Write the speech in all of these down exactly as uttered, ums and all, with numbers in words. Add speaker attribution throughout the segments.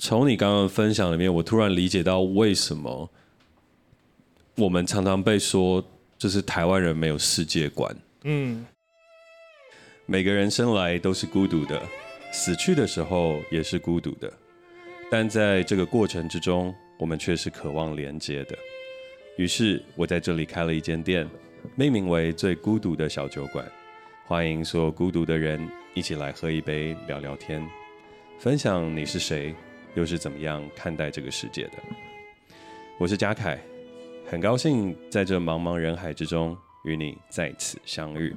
Speaker 1: 从你刚刚的分享里面，我突然理解到为什么我们常常被说，就是台湾人没有世界观。嗯，每个人生来都是孤独的，死去的时候也是孤独的，但在这个过程之中，我们却是渴望连接的。于是，我在这里开了一间店，命名为最孤独的小酒馆，欢迎所有孤独的人一起来喝一杯，聊聊天，分享你是谁，又是怎么样看待这个世界的。我是嘉凯，很高兴在这茫茫人海之中与你再次相遇。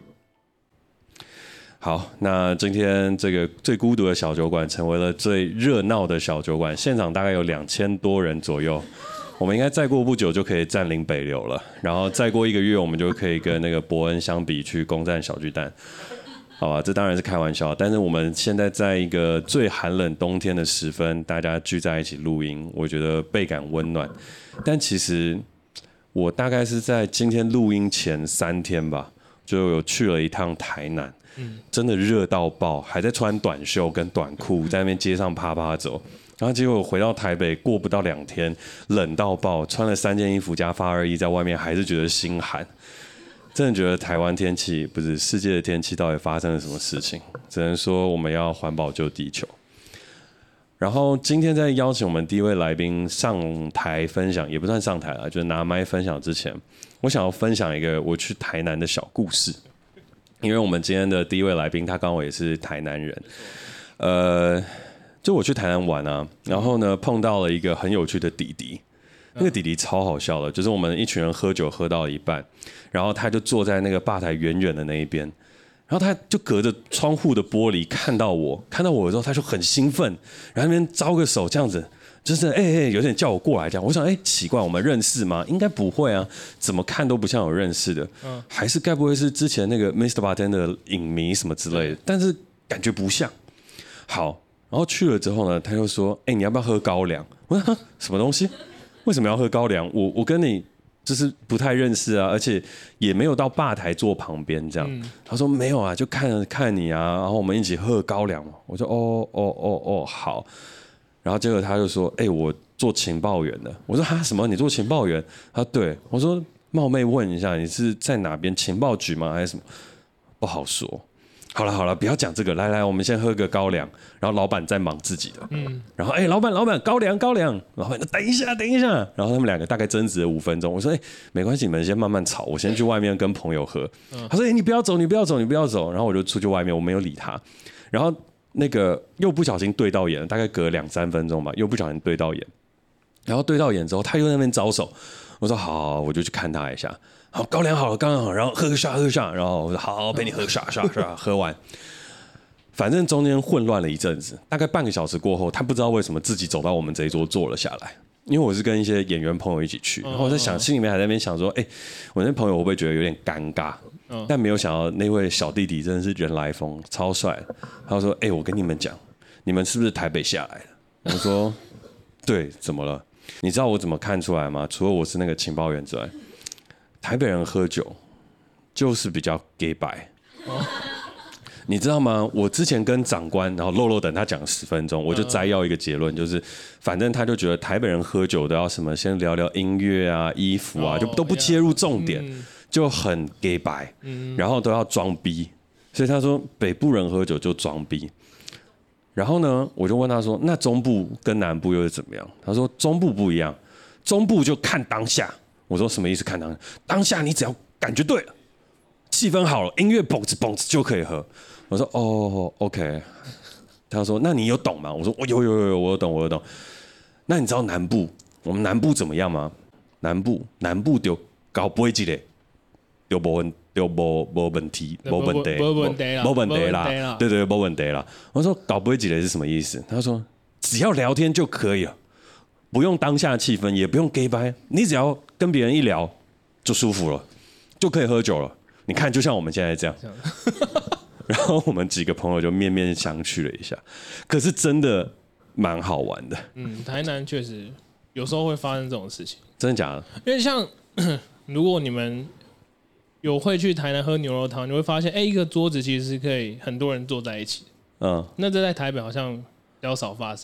Speaker 1: 好，那今天这个最孤独的小酒馆成为了最热闹的小酒馆，现场大概有两千多人左右。我们应该再过不久就可以占领北流了，然后再过一个月我们就可以跟那个伯恩相比去攻占小巨蛋。好吧，这当然是开玩笑，但是我们现在在一个最寒冷冬天的时分，大家聚在一起录音，我觉得倍感温暖。但其实我大概是在今天录音前三天吧，就有去了一趟台南，真的热到爆，还在穿短袖跟短裤在那边街上趴趴走。然后结果回到台北，过不到两天，冷到爆，穿了三件衣服加发热衣，在外面还是觉得心寒。真的觉得台湾天气不是世界的天气，到底发生了什么事情？只能说我们要环保救地球。然后今天在邀请我们第一位来宾上台分享，也不算上台了，就是拿麦分享之前，我想要分享一个我去台南的小故事。因为我们今天的第一位来宾，他刚好也是台南人，呃。就我去台南玩啊，然后呢碰到了一个很有趣的弟弟，那个弟弟超好笑的，就是我们一群人喝酒喝到一半，然后他就坐在那个吧台远远的那一边，然后他就隔着窗户的玻璃看到我，看到我之后他就很兴奋，然后那边招个手这样子，就是哎哎、欸欸、有点叫我过来这样，我想哎、欸、奇怪，我们认识吗？应该不会啊，怎么看都不像有认识的，还是该不会是之前那个 mister Bartender 的影迷什么之类的，但是感觉不像。好。然后去了之后呢，他就说：“哎、欸，你要不要喝高粱？”我说：“什么东西？为什么要喝高粱？我我跟你就是不太认识啊，而且也没有到吧台坐旁边这样。嗯”他说：“没有啊，就看看你啊，然后我们一起喝高粱。”我说：“哦哦哦哦，好。”然后结果他就说：“哎、欸，我做情报员的。”我说：“哈什么？你做情报员？”他说：“对。”我说：“冒昧问一下，你是在哪边情报局吗？还是什么？”不好说。好了好了，不要讲这个，来来，我们先喝个高粱。然后老板在忙自己的，嗯，然后哎、欸，老板老板，高粱高粱，老板等一下等一下，然后他们两个大概争执了五分钟。我说哎、欸，没关系，你们先慢慢吵，我先去外面跟朋友喝。嗯、他说哎、欸，你不要走，你不要走，你不要走。然后我就出去外面，我没有理他。然后那个又不小心对到眼了，大概隔两三分钟吧，又不小心对到眼。然后对到眼之后，他又在那边招手。我说好，好，好，我就去看他一下。好，高粱好了，高粱好，然后喝个下，喝个下，然后我说好，陪你喝个下下下，喝完。反正中间混乱了一阵子，大概半个小时过后，他不知道为什么自己走到我们这一桌坐了下来。因为我是跟一些演员朋友一起去，然后我在想，心里面还在那边想说，哎、欸，我那朋友会不会觉得有点尴尬？但没有想到那位小弟弟真的是人来疯，超帅。他说，哎、欸，我跟你们讲，你们是不是台北下来的？我说，对，怎么了？你知道我怎么看出来吗？除了我是那个情报员之外，台北人喝酒就是比较 gay 白。你知道吗？我之前跟长官，然后漏漏等他讲十分钟，我就摘要一个结论，就是反正他就觉得台北人喝酒都要什么，先聊聊音乐啊、衣服啊，就都不切入重点，就很 gay 白，然后都要装逼。所以他说北部人喝酒就装逼。然后呢，我就问他说：“那中部跟南部又是怎么样？”他说：“中部不一样，中部就看当下。”我说：“什么意思？看当下？当下你只要感觉对了，气氛好了，音乐蹦子蹦子就可以喝。”我说：“哦 ，OK。”他说：“那你有懂吗？”我说：“我有有有有，我有懂，我有懂。”那你知道南部我们南部怎么样吗？南部南部就搞不会记得，就无问。就无无问题，无问题，
Speaker 2: 无问题啦，
Speaker 1: 无问题啦，对对，无问题啦。我说搞不会几雷是什么意思？他说只要聊天就可以了，不用当下气氛，也不用 gay 掰，你只要跟别人一聊就舒服了，就可以喝酒了。你看，就像我们现在这样。然后我们几个朋友就面面相觑了一下，可是真的蛮好玩的。
Speaker 2: 嗯，台南确实有时候会发生这种事情，
Speaker 1: 真的假的？
Speaker 2: 因为像如果你们有会去台南喝牛肉汤，你会发现，哎、欸，一个桌子其实是可以很多人坐在一起。嗯，那这在台北好像比较少发生嘛。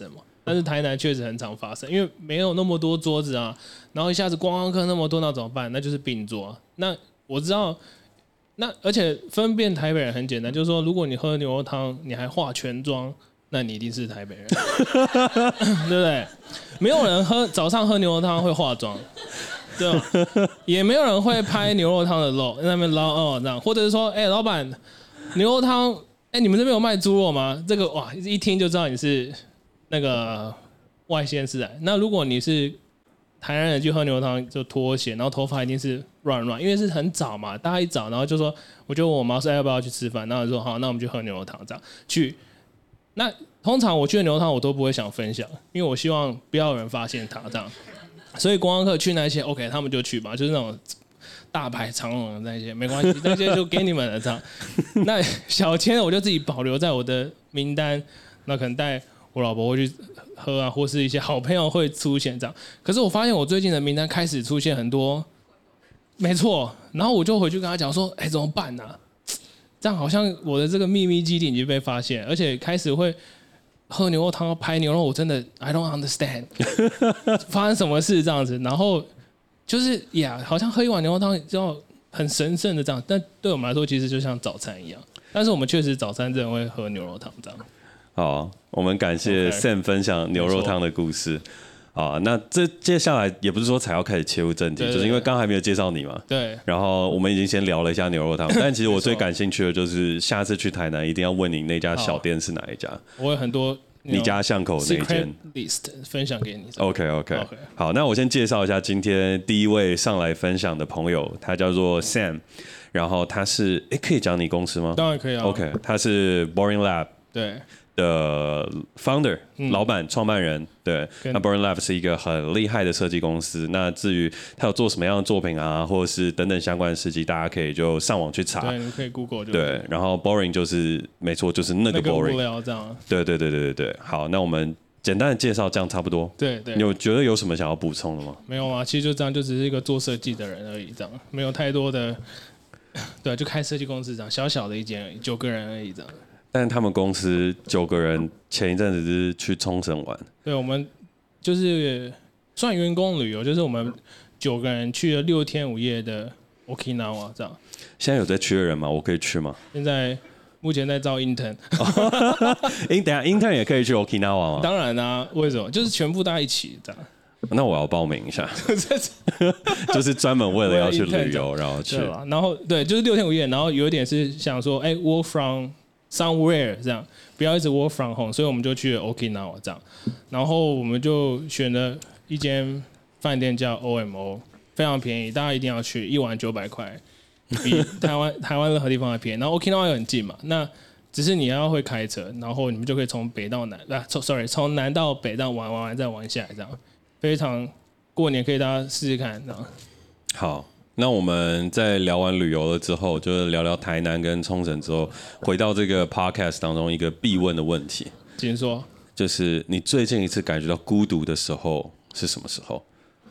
Speaker 2: 但是台南确实很常发生，因为没有那么多桌子啊，然后一下子观光客那么多，那怎么办？那就是并桌、啊。那我知道，那而且分辨台北人很简单，就是说，如果你喝牛肉汤，你还化全妆，那你一定是台北人，对不对？没有人喝早上喝牛肉汤会化妆。对吧？也没有人会拍牛肉汤的肉，在那边捞哦这样，或者是说，哎、欸，老板，牛肉汤，哎、欸，你们这边有卖猪肉吗？这个哇，一听就知道你是那个外县市来。那如果你是台南人去喝牛肉汤，就脱鞋，然后头发一定是乱乱，因为是很早嘛，大家一早，然后就说，我就问我妈说、欸、要不要去吃饭，然后就说好，那我们去喝牛肉汤这样去。那通常我去的牛肉汤我都不会想分享，因为我希望不要有人发现它这样。所以观光客去那些 OK， 他们就去吧，就是那种大排长龙的那些没关系，那些就给你们了这样。那小千我就自己保留在我的名单，那可能带我老婆会去喝啊，或是一些好朋友会出现这样。可是我发现我最近的名单开始出现很多，没错，然后我就回去跟他讲说，哎、欸，怎么办呢、啊？这样好像我的这个秘密基地已经被发现，而且开始会。喝牛肉汤拍牛肉，我真的 I don't understand 发生什么事这样子，然后就是呀，好像喝一碗牛肉汤就要很神圣的这样，但对我们来说其实就像早餐一样。但是我们确实早餐真的会喝牛肉汤这样。
Speaker 1: 好，我们感谢 Sam 分享牛肉汤的故事。啊，那这接下来也不是说才要开始切入正题，对对对，就是因为刚还没有介绍你嘛。对。然后我们已经先聊了一下牛肉汤，但其实我最感兴趣的就是下次去台南一定要问你那家小店是哪一家。我有很多你家巷口那一间 list 分享给你。OK OK。OK。好，那我先介绍一下今天第一位上来分享的朋友，他叫做 Sam， 然后他是哎可以讲你公司吗？当然可以啊。OK， 他是 Boring Lab。对。的 founder、嗯、老板创办人，对，那 Boring Lab 是一个很厉害的设计公司。那至于他有做什么样的作品啊，或者是等等相关的事迹，大家可以就上网去查。对，你可以 Google 就对。然后 Boring 就是没错，就是那个 Boring，、那個、无聊这样。对对对对对对。好，那我们简单的介绍这样差不多。对对。你有觉得有什么想要补充的吗？没有啊，其实就这样，就只是一个做设计的人而已，这样没有太多的。对，就开设计公司这样，小小的一间而已，九个人而已这样。但是他们公司九个人前一阵子是去冲绳玩。对，我们就是算员工旅游，就是我们九个人去了六天五夜的 Okinawa 这样。现在有在缺人吗？我可以去吗？现在目前在招 intern。等一下 intern 也可以去 Okinawa 吗？当然啊，为什么？就是全部大家一起这样。那我要报名一下，就是专门为了要去旅游，然后去。然后对，就是六天五夜，然后有一点是想说，哎、欸、，work from somewhere 这样，不要一直 work from home， 所以我们就去了 Okinawa 这样，然后我们就选了一间饭店叫 O M O， 非常便宜，大家一定要去，一晚九百块，比台湾台湾任何地方还便宜。然后 Okinawa 又很近嘛，那只是你要会开车，然后你们就可以从北到南，啊 ，sorry， 从南到北这样玩玩完再玩下来这样，非常过年可以大家试试看这样。好。那我们在聊完旅游了之后，就是聊聊台南跟冲绳之后，回到这个 podcast 当中一个必问的问题，请说，就是你最近一次感觉到孤独的时候是什么时候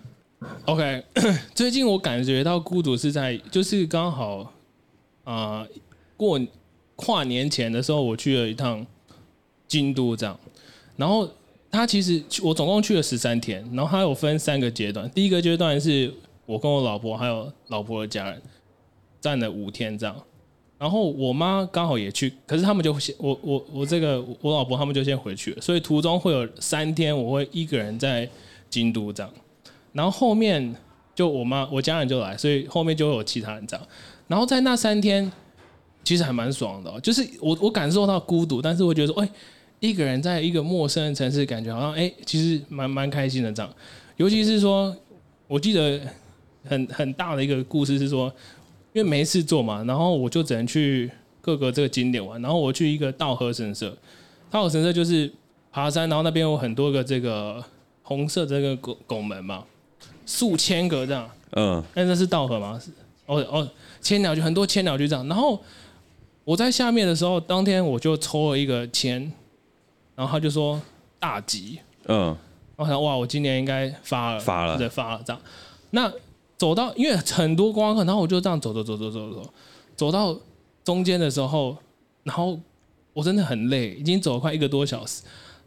Speaker 1: ？OK， 最近我感觉到孤独是在就是刚好啊、呃、过跨年前的时候，我去了一趟京都这样，然后它其实我总共去了十三天，然后它有分三个阶段，第一个阶段是我跟我老婆还有老婆的家人站了五天这样，然后我妈刚好也去，可是他们就先我我我这个我老婆他们就先回去了，所以途中会有三天我会一个人在京都这样，然后后面就我妈我家人就来，所以后面就会有其他人这样，然后在那三天其实还蛮爽的、喔，就是我我感受到孤独，但是我觉得说，哎、欸，一个人在一个陌生的城市，感觉好像哎、欸，其实蛮蛮开心的这样，尤其是说，我记得。很很大的一个故事是说，因为没事做嘛，然后我就只能去各个这个景点玩。然后我去一个稻荷神社，稻荷神社就是爬山，然后那边有很多个这个红色的这个拱拱门嘛，数千个这样。嗯，那那是稻荷吗？哦哦，千鸟居很多千鸟居这样。然后我在下面的时候，当天我就抽了一个签，然后他就说大吉。嗯，我想哇，我今年应该发了，发了，对，发了这样。那走到，因为很多观光客，然后我就这样走走走走走走，走到中间的时候，然后我真的很累，已经走了快一个多小时，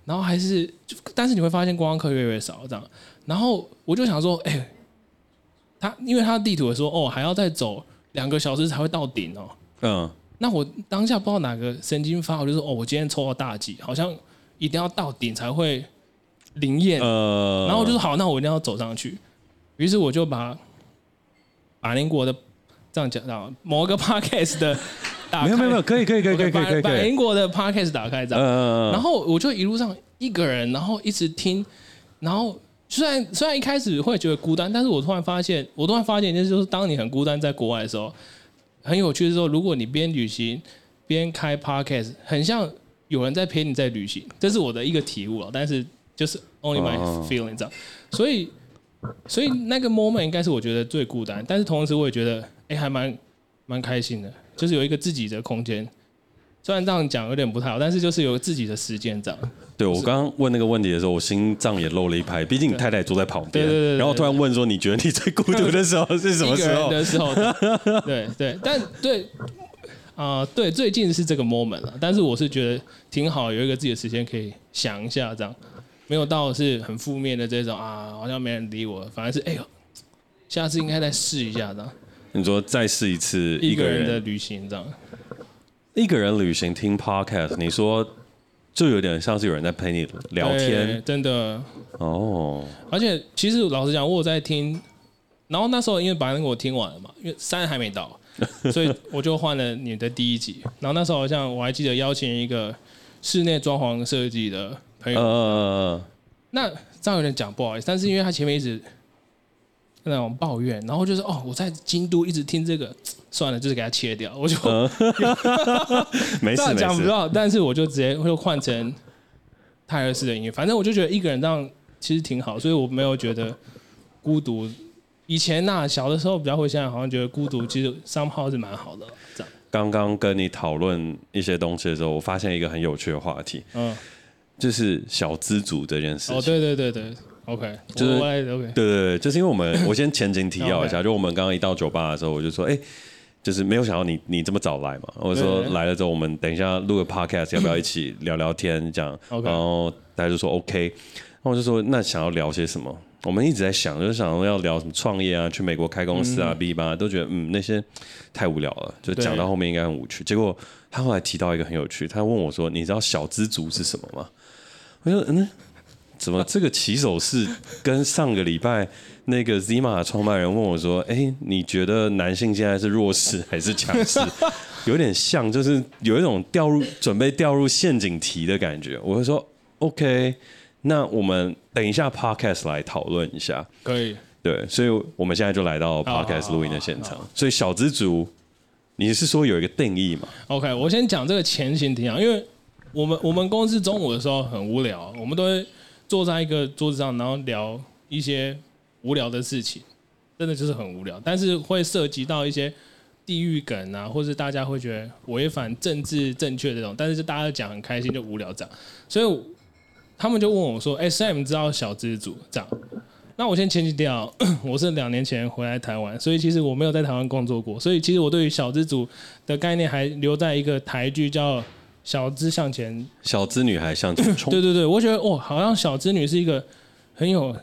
Speaker 2: 然后还是，但是你会发现观光客越来越少这样。然后我就想说，哎、欸，他因为他的地图说，哦，还要再走两个小时才会到顶哦。嗯。那我当下不知道哪个神经发，我就说，哦，我今天抽到大吉，好像一定要到顶才会灵验。呃。然后我就说好，那我一定要走上去。于是我就把百灵果的这样讲到某个 podcast 的。
Speaker 1: 没有没有没有，可以可以可以可以可以可以。
Speaker 2: 百灵果的 podcast 打开这样，嗯、然后我就一路上一个人，然后一直听，然后虽然虽然一开始会觉得孤单，但是我突然发现，我突然发现一件事，就是当你很孤单在国外的时候，很有趣的时候，如果你边旅行边开 podcast， 很像有人在陪你在旅行，这是我的一个体悟啊。但是就是 only my feeling 这样，所以所以那个 moment 应该是我觉得最孤单，但是同时我也觉得，哎、欸，还蛮蛮开心的。就是有一个自己的空间，虽然这样讲有点不太好，但是就是有自己的时间这样。
Speaker 1: 对，我刚刚问那个问题的时候，我心脏也漏了一拍，毕竟你太太坐在旁边。对对 对, 对。然后突然问说，你觉得你最孤独的时候是什么时候？
Speaker 2: 一个人的时候。对对，但对啊、呃，对，最近是这个 moment 了，但是我是觉得挺好，有一个自己的时间可以想一下，这样没有到是很负面的这种啊，好像没人理我，反而是哎呦，下次应该再试一下这样。
Speaker 1: 你说再试一次一个人
Speaker 2: 一个人的旅行这样，
Speaker 1: 一个人旅行听 podcast， 你说就有点像是有人在陪你聊天，
Speaker 2: 真的哦。而且其实老实讲，我有在听，然后那时候因为把那个我听完了嘛，因为三还没到，所以我就换了你的第一集。然后那时候好像我还记得邀请一个室内装潢设计的朋友，呃、那这样有点讲不好意思，但是因为他前面一直那种抱怨，然后就是哦，我在京都一直听这个，算了，就是给他切掉，我就、嗯、
Speaker 1: 没事
Speaker 2: 讲不到，但是我就直接会换成泰勒斯的音乐，反正我就觉得一个人这样其实挺好，所以我没有觉得孤独。以前呐、啊，小的时候比较会，现在好像觉得孤独其实somehow是蛮好的。这样。
Speaker 1: 刚刚跟你讨论一些东西的时候，我发现一个很有趣的话题，嗯，就是小资族这件事情。
Speaker 2: 哦，对对对对。OK，
Speaker 1: 就是
Speaker 2: OK，
Speaker 1: 对对对，就是因为我们，我先前情提要一下，就我们刚刚一到酒吧的时候，我就说，哎、欸，就是没有想到你你这么早来嘛，我说来了之后，我们等一下录个 podcast， 要不要一起聊聊天这样？ Okay. 然后大家就说 OK， 然后我就说那想要聊些什么？我们一直在想，就是想要聊什么创业啊，去美国开公司啊 ，B 吧，都觉得嗯那些太无聊了，就讲到后面应该很无趣。结果他后来提到一个很有趣，他问我说，你知道小资族是什么吗？我说嗯。怎么这个起手式跟上个礼拜那个 Zima 的创办人问我说：“哎、欸，你觉得男性现在是弱势还是强势？”有点像，就是有一种掉入准备掉入陷阱题的感觉。我会说 ：“OK， 那我们等一下 Podcast 来讨论一下。”
Speaker 2: 可以。
Speaker 1: 对，所以我们现在就来到 Podcast 录音的现场。所以小资族，你是说有一个定义吗
Speaker 2: ？OK， 我先讲这个前情提要，因为我们我们公司中午的时候很无聊，我们都会坐在一个桌子上，然后聊一些无聊的事情，真的就是很无聊，但是会涉及到一些地域梗啊，或是大家会觉得违反政治正确这种，但是就大家讲很开心，就无聊这样，所以他们就问我说：“哎、欸、，Sam 知道小资族这样？”那我先前提掉，我是两年前回来台湾，所以其实我没有在台湾工作过，所以其实我对于小资族的概念还留在一个台剧叫小资向前，
Speaker 1: 小资女孩向前冲。
Speaker 2: 对对对，我觉得哦，好像小资女是一个很有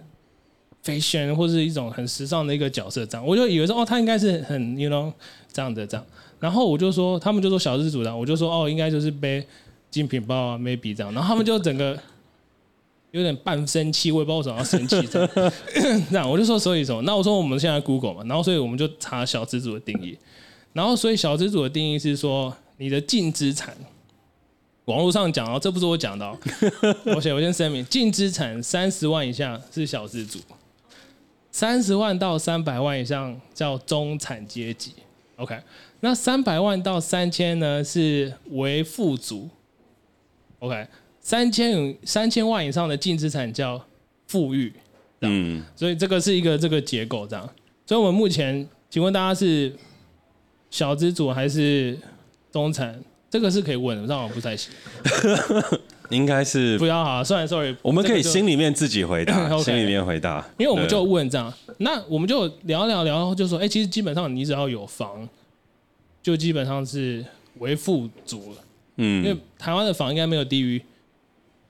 Speaker 2: fashion 或是一种很时尚的一个角色，这样，我就以为说哦，她应该是很 you know 这样的这样，然后我就说，他们就说小资主的，我就说哦，应该就是背精品包啊 maybe 这样，然后他们就整个有点半生气，我也不知道为什么要生气这样，这样我就说所以什么？那我说我们现在 Google 嘛，然后所以我们就查小资主的定义，然后所以小资主的定义是说你的净资产。网络上讲哦，这不是我讲的哦。我写，我先声明，净资产三十万以下是小资族，三十万到三百万以上叫中产阶级。OK， 那三百万到三千呢是为富足。OK， 三千三千万以上的净资产叫富裕。嗯，所以这个是一个这个结构这样。所以我们目前，请问大家是小资族还是中产？这个是可以问的，让我不太行。
Speaker 1: 应该是
Speaker 2: 不要好，算了 ，sorry。
Speaker 1: 我们可以心里面自己回答， okay, 心里面回答。
Speaker 2: 因为我们就问这样，那我们就聊聊聊，就说，哎、欸，其实基本上你只要有房，就基本上是为富足了。嗯，因为台湾的房应该没有低于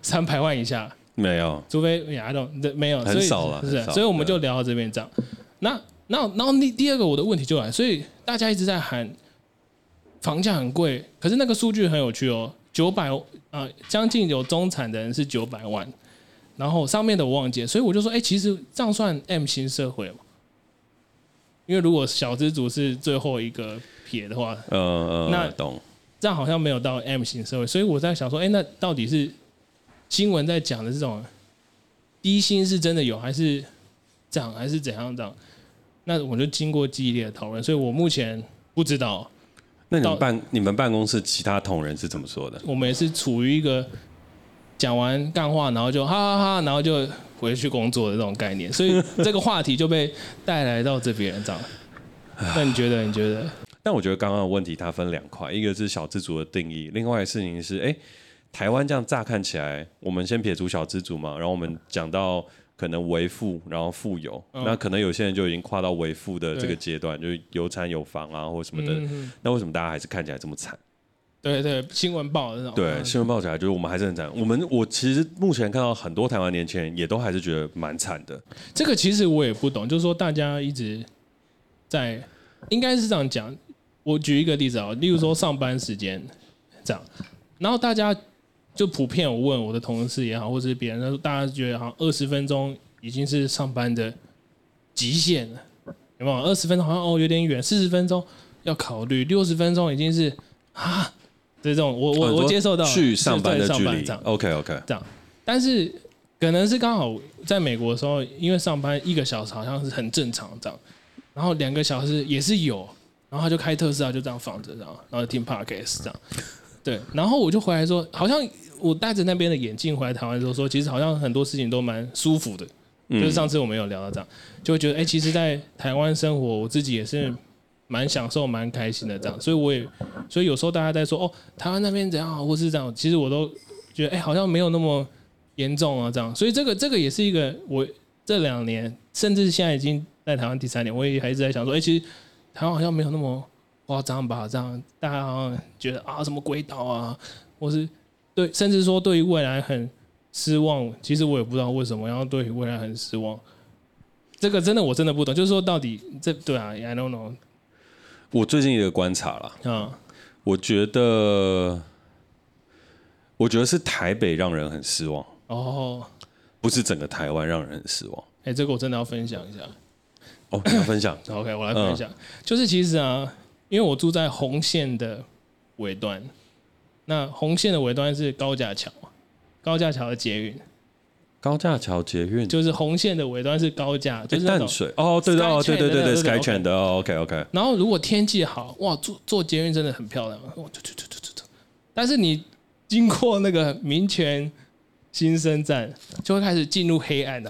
Speaker 2: 三百万以下，
Speaker 1: 没有，
Speaker 2: 除非呀，都没有，
Speaker 1: 很少了，
Speaker 2: 是，所以我们就聊到这边这样。那那然后第第二个我的问题就来，所以大家一直在喊房价很贵，可是那个数据很有趣哦，九百啊，将近有中产的人是九百万，然后上面的我忘记了，所以我就说，哎，其实这样算 M 型社会嘛？因为如果小资族是最后一个撇的话，
Speaker 1: 呃呃，
Speaker 2: 那
Speaker 1: 懂，
Speaker 2: 这样好像没有到 M 型社会，所以我在想说，哎，那到底是新闻在讲的这种低薪是真的有，还是这样，还是怎样这样？那我就经过激烈的讨论，所以我目前不知道。
Speaker 1: 那你们办你们办公室其他同仁是怎么说的？
Speaker 2: 我们也是处于一个讲完干话，然后就哈哈哈，然后就回去工作的这种概念，所以这个话题就被带来到这边这样。那你觉得？你觉得？
Speaker 1: 但我觉得刚刚的问题它分两块，一个是小资族的定义，另外的事情是，哎，台湾这样乍看起来，我们先撇除小资族嘛，然后我们讲到可能为富，然后富有，嗯、那可能有些人就已经跨到为富的这个阶段，就是有产有房啊，或什么的。嗯、那为什么大家还是看起来这么惨？
Speaker 2: 对对，新闻报的那种。
Speaker 1: 对，新闻报起来就是我们还是很惨。我们我其实目前看到很多台湾年轻人也都还是觉得蛮惨的。
Speaker 2: 这个其实我也不懂，就是说大家一直在，应该是这样讲。我举一个例子啊，例如说上班时间这样，然后大家就普遍我问我的同事也好，或者是别人，大家觉得好像二十分钟已经是上班的极限了，有没有？二十分钟好像哦有点远，四十分钟要考虑，六十分钟已经是啊，这种我我我接受到
Speaker 1: 去上班的距离 ，OK OK，
Speaker 2: 这样，但是可能是刚好在美国的时候，因为上班一个小时好像是很正常这样，然后两个小时也是有。然后他就开特斯拉就这样放着，然后然后听 podcast 这样，对。然后我就回来说，好像我戴着那边的眼镜回来台湾的时候说，其实好像很多事情都蛮舒服的。嗯、就是上次我们有聊到这样，就会觉得哎、欸，其实，在台湾生活，我自己也是蛮享受、蛮开心的这样。所以我也，所以有时候大家在说哦，台湾那边怎样，或是这样，其实我都觉得哎、欸，好像没有那么严重啊这样。所以这个这个也是一个我这两年，甚至现在已经在台湾第三年，我也还一直在想说，哎、欸，其实。台湾好像没有那么夸张吧？这样大家好像觉得啊，什么鬼岛啊，或是对，甚至说对于未来很失望。其实我也不知道为什么要对于未来很失望。这个真的我真的不懂，就是说到底这对啊 ，I don't know。
Speaker 1: 我最近一个观察啦，
Speaker 2: 嗯，
Speaker 1: 我觉得，我觉得是台北让人很失望哦，不是整个台湾让人很失望。
Speaker 2: 哎、欸，这个我真的要分享一下。
Speaker 1: 哦，你要分享
Speaker 2: ？OK， 我来分享。嗯、就是其实啊，因为我住在红线的尾端，那红线的尾端是高架桥，高架桥的捷运。
Speaker 1: 高架桥捷运
Speaker 2: 就是红线的尾端是高架，就是
Speaker 1: 淡水哦，对对对对对对 ，Skytrain 的哦 ，OK OK。
Speaker 2: 然后如果天气好，哇，坐坐捷运真的很漂亮，哇，走走走走走。但是你经过那个民权新生站，就会开始进入黑暗了。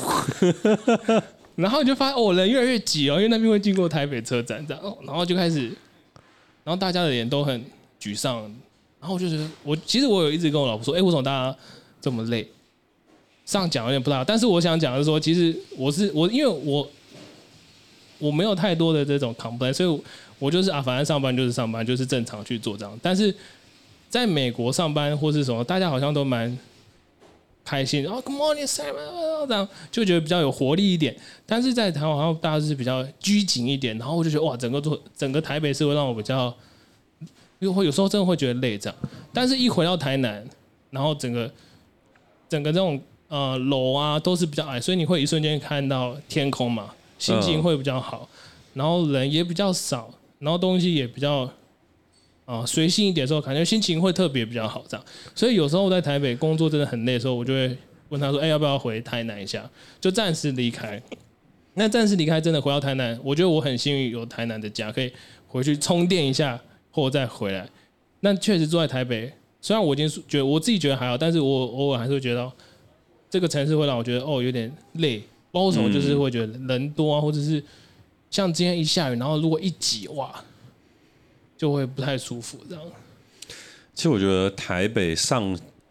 Speaker 2: 然后你就发现哦，人越来越挤哦，因为那边会经过台北车站这样，哦，然后就开始，然后大家的脸都很沮丧，然后我就觉得，我其实我有一直跟我老婆说，哎，为什么大家这么累？上讲有点不大，但是我想讲的是说，其实我是我，因为我我没有太多的这种 complaint， 所以我就是啊，反正上班就是上班，就是正常去做这样。但是在美国上班或是什么，大家好像都蛮开心，哦 ，Good morning Simon， 这样就觉得比较有活力一点。但是在台湾好像大家是比较拘谨一点，然后我就觉得哇，整个做整个台北市会让我比较，因为会有时候真的会觉得累这样。但是一回到台南，然后整个整个这种呃楼啊都是比较矮，所以你会一瞬间看到天空嘛，心情会比较好，然后人也比较少，然后东西也比较。啊，随性一点的时候，感觉心情会特别比较好，这样。所以有时候我在台北工作真的很累的时候，我就会问他说：“哎、欸，要不要回台南一下？就暂时离开。”那暂时离开，真的回到台南，我觉得我很幸运有台南的家，可以回去充电一下，或再回来。那确实住在台北，虽然我已经觉得我自己觉得还好，但是我偶尔还是会觉得这个城市会让我觉得哦有点累，不知道为什么，就是会觉得人多啊，或者是像今天一下雨，然后如果一挤哇。就会不太舒服，这样。
Speaker 1: 其实我觉得台北上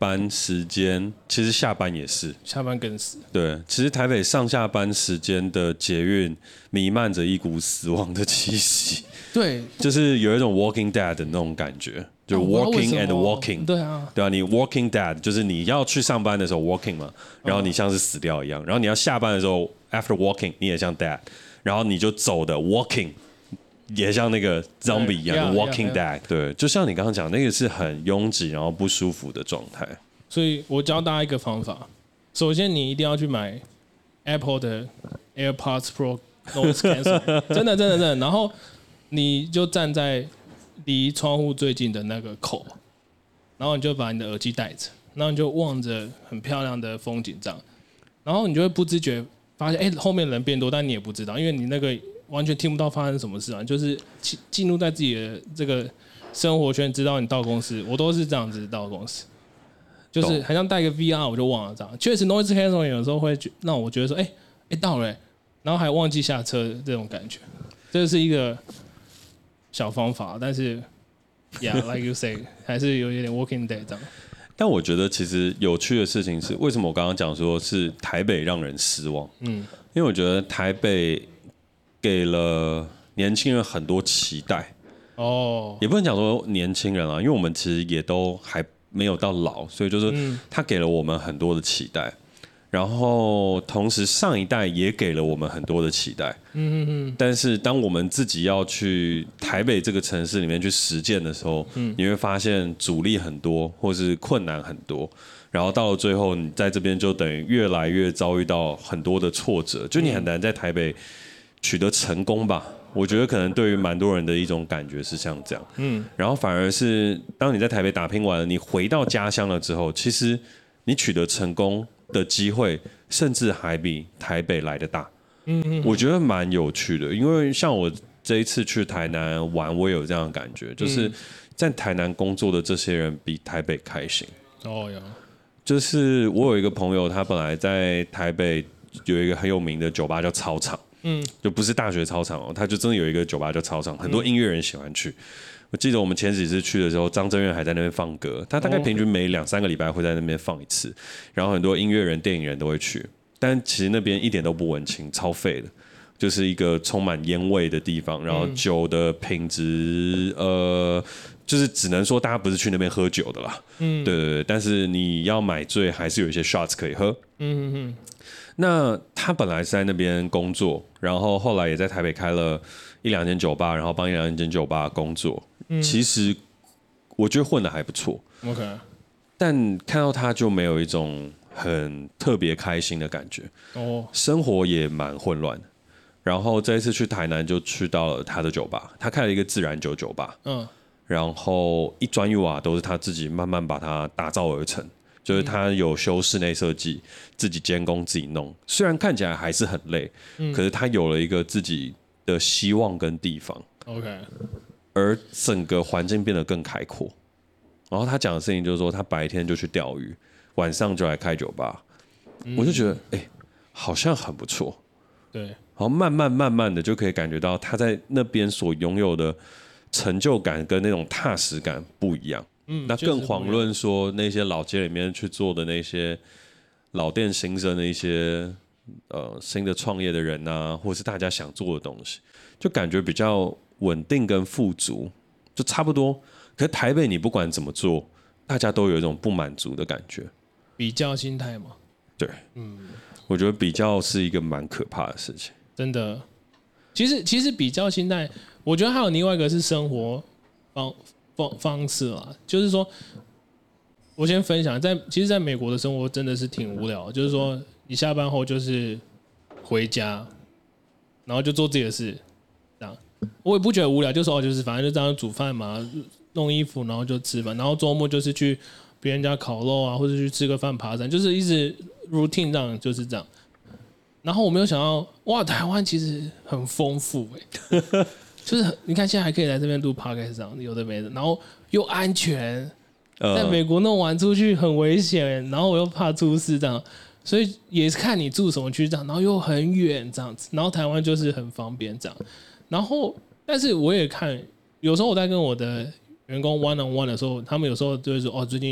Speaker 1: 班时间，其实下班也是，
Speaker 2: 下班更死。
Speaker 1: 对，其实台北上下班时间的捷运弥漫着一股死亡的气息，
Speaker 2: 对，
Speaker 1: 就是有一种 Walking Dead 的那种感觉，就 Walking and Walking，
Speaker 2: 对啊，
Speaker 1: 对啊，你 Walking Dead 就是你要去上班的时候 Walking 嘛，然后你像是死掉一样，然后你要下班的时候 After Walking 你也像 Dead， 然后你就走的 Walking。也像那个 zombie 一样的 walking dead， 对，就像你刚刚讲，那个是很拥挤然后不舒服的状态。
Speaker 2: 所以我教大家一个方法，首先你一定要去买 Apple 的 AirPods Pro Noise Cancel， 真的真的真的，然后你就站在离窗户最近的那个口，然后你就把你的耳机戴着，然后你就望着很漂亮的风景这样，然后你就会不自觉发现，哎、欸，后面人变多，但你也不知道，因为你那个。完全听不到发生什么事啊，就是进入在自己的这个生活圈，知道你到公司，我都是这样子到公司，就是很像带一个 V R， 我就忘了这样。确实 noise cancel 有时候会让我觉得说，哎、欸、哎、欸、到了、欸，然后还忘记下车这种感觉，这是一个小方法，但是 ，yeah like you say， 还是有一点 working day 这样。
Speaker 1: 但我觉得其实有趣的事情是，为什么我刚刚讲说是台北让人失望？嗯，因为我觉得台北。给了年轻人很多期待哦，也不能讲说年轻人啊，因为我们其实也都还没有到老，所以就是他给了我们很多的期待，然后同时上一代也给了我们很多的期待，嗯嗯嗯。但是当我们自己要去台北这个城市里面去实践的时候，嗯，你会发现阻力很多，或是困难很多。然后到了最后，你在这边就等于越来越遭遇到很多的挫折，就你很难在台北。取得成功吧，我觉得可能对于蛮多人的一种感觉是像这样，嗯，然后反而是当你在台北打拼完了，你回到家乡了之后，其实你取得成功的机会，甚至还比台北来的大，嗯嗯，我觉得蛮有趣的，因为像我这一次去台南玩，我也有这样的感觉，就是在台南工作的这些人比台北开心，哦呀，就是我有一个朋友，他本来在台北有一个很有名的酒吧叫操场。嗯，就不是大学操场哦，他就真的有一个酒吧叫操场，很多音乐人喜欢去。嗯、我记得我们前几次去的时候，张震岳还在那边放歌，他大概平均每两三个礼拜会在那边放一次，然后很多音乐人、电影人都会去。但其实那边一点都不文青，超废的，就是一个充满烟味的地方，然后酒的品质，呃，就是只能说大家不是去那边喝酒的啦。嗯，对对对，但是你要买醉，还是有一些 shots 可以喝。嗯嗯嗯。那他本来是在那边工作，然后后来也在台北开了一两间酒吧，然后帮一两间酒吧工作。嗯、其实我觉得混得还不错。OK， 但看到他就没有一种很特别开心的感觉。哦，生活也蛮混乱的。然后这一次去台南就去到了他的酒吧，他开了一个自然酒酒吧。嗯，然后一砖一瓦都是他自己慢慢把它打造而成。就是他有修室内设计，自己监工自己弄，虽然看起来还是很累，嗯、可是他有了一个自己的希望跟地方。OK， 而整个环境变得更开阔。然后他讲的事情就是说，他白天就去钓鱼，晚上就来开酒吧。嗯、我就觉得，哎、欸，好像很不错。对，然后慢慢慢慢的就可以感觉到他在那边所拥有的成就感跟那种踏实感不一样。嗯，那更遑论说那些老街里面去做的那些老店新生的一些呃新的创业的人啊，或是大家想做的东西，就感觉比较稳定跟富足，就差不多。可是台北你不管怎么做，大家都有一种不满足的感觉，
Speaker 2: 比较心态嘛。
Speaker 1: 对，嗯，我觉得比较是一个蛮可怕的事情。
Speaker 2: 真的，其实其实比较心态，我觉得还有另外一个是生活方。方方式啦，就是说，我先分享，在其实，在美国的生活真的是挺无聊的，就是说，你下班后就是回家，然后就做自己的事，这样，我也不觉得无聊，就说哦，就是反正就这样煮饭嘛，弄衣服，然后就吃饭，然后周末就是去别人家烤肉啊，或者去吃个饭、爬山，就是一直 routine 这样，就是这样。然后我没有想到，哇，台湾其实很丰富哎、欸。就是你看，现在还可以来这边录 podcast 这样，有的没的，然后又安全，在美国弄完出去很危险，然后我又怕出事这样，所以也是看你住什么区这样，然后又很远这样子，然后台湾就是很方便这样，然后但是我也看，有时候我在跟我的员工 one on one 的时候，他们有时候就会说哦，最近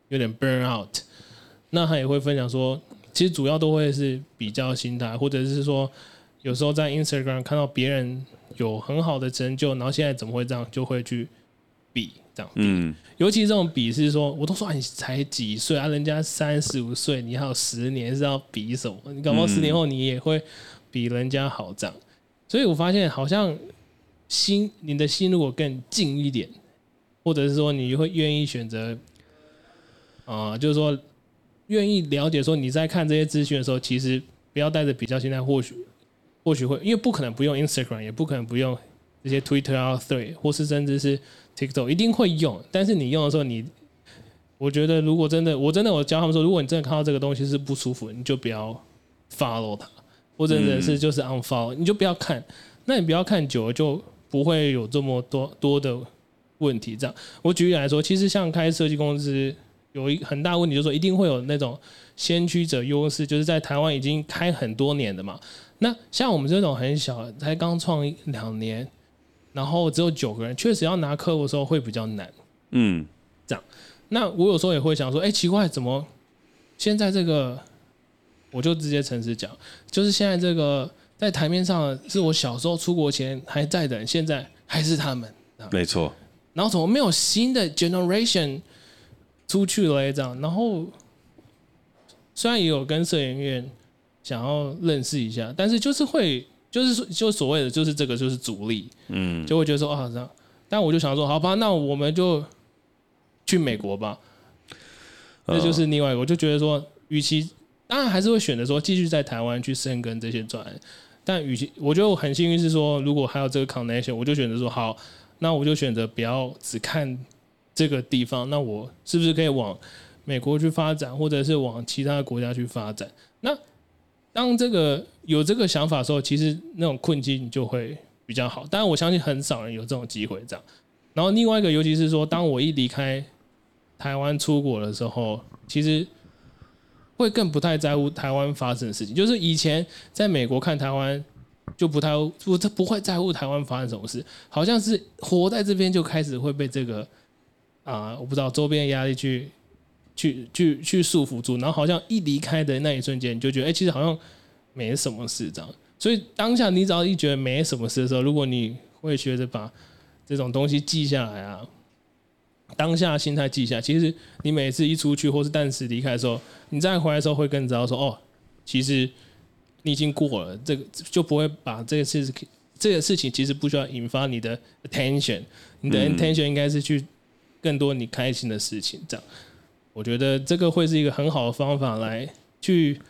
Speaker 2: 有点 burn out。那他也会分享说，其实主要都会是比较心态，或者是说有时候在 Instagram 看到别人有很好的成就，然后现在怎么会这样，就会去比这样。嗯，尤其这种比是说，我都说、啊、你才几岁啊，人家三十五岁，你还有十年是要比什么？你搞不好十年后你也会比人家好这样。所以我发现好像心，你的心如果更近一点，或者是说你会愿意选择，啊、呃，就是说愿意了解说你在看这些资讯的时候，其实不要带着比较心态，或许或许会，因为不可能不用 Instagram， 也不可能不用这些 Twitter 啊 Thread， 或是甚至是 TikTok， 一定会用。但是你用的时候你，你我觉得如果真的，我真的我教他们说，如果你真的看到这个东西是不舒服，你就不要 follow 它。或者是就是 unfollow， 你就不要看，那你不要看久了就不会有这么多多的问题。这样，我举例来说，其实像开设计公司有一很大问题，就是说一定会有那种先驱者优势，就是在台湾已经开很多年的嘛。那像我们这种很小，才刚创两年，然后只有九个人，确实要拿客户的时候会比较难。嗯，这样。那我有时候也会想说，哎、欸，奇怪，怎么现在这个？我就直接诚实讲，就是现在这个在台面上是我小时候出国前还在的人，现在还是他们，
Speaker 1: 没错。
Speaker 2: 然后怎么没有新的 generation 出去了这样？然后虽然也有跟摄影院想要认识一下，但是就是会就是就所谓的就是这个就是阻力，嗯，就会觉得说啊这样，但我就想说，好吧，那我们就去美国吧，那就是另外一个，我就觉得说，与其当然还是会选择说继续在台湾去深耕这些专案，但与其我觉得我很幸运是说，如果还有这个 connection， 我就选择说好，那我就选择不要只看这个地方，那我是不是可以往美国去发展，或者是往其他国家去发展？那当这个有这个想法的时候，其实那种困境就会比较好。当然我相信很少人有这种机会这样。然后另外一个，尤其是说，当我一离开台湾出国的时候，其实会更不太在乎台湾发生的事情，就是以前在美国看台湾就不太不不会在乎台湾发生什么事，好像是活在这边就开始会被这个啊、呃、我不知道周边的压力去去去去束缚住，然后好像一离开的那一瞬间，你就觉得哎、欸，其实好像没什么事这样。所以当下你只要一觉得没什么事的时候，如果你会学着把这种东西记下来啊。当下心态记下，其实你每次一出去或是暂时离开的时候，你再回来的时候会更知道说，哦，其实你已经过了，这个就不会把这个事这个事情其实不需要引发你的 attention， 你的 attention 应该是去更多你开心的事情，这样，我觉得这个会是一个很好的方法来去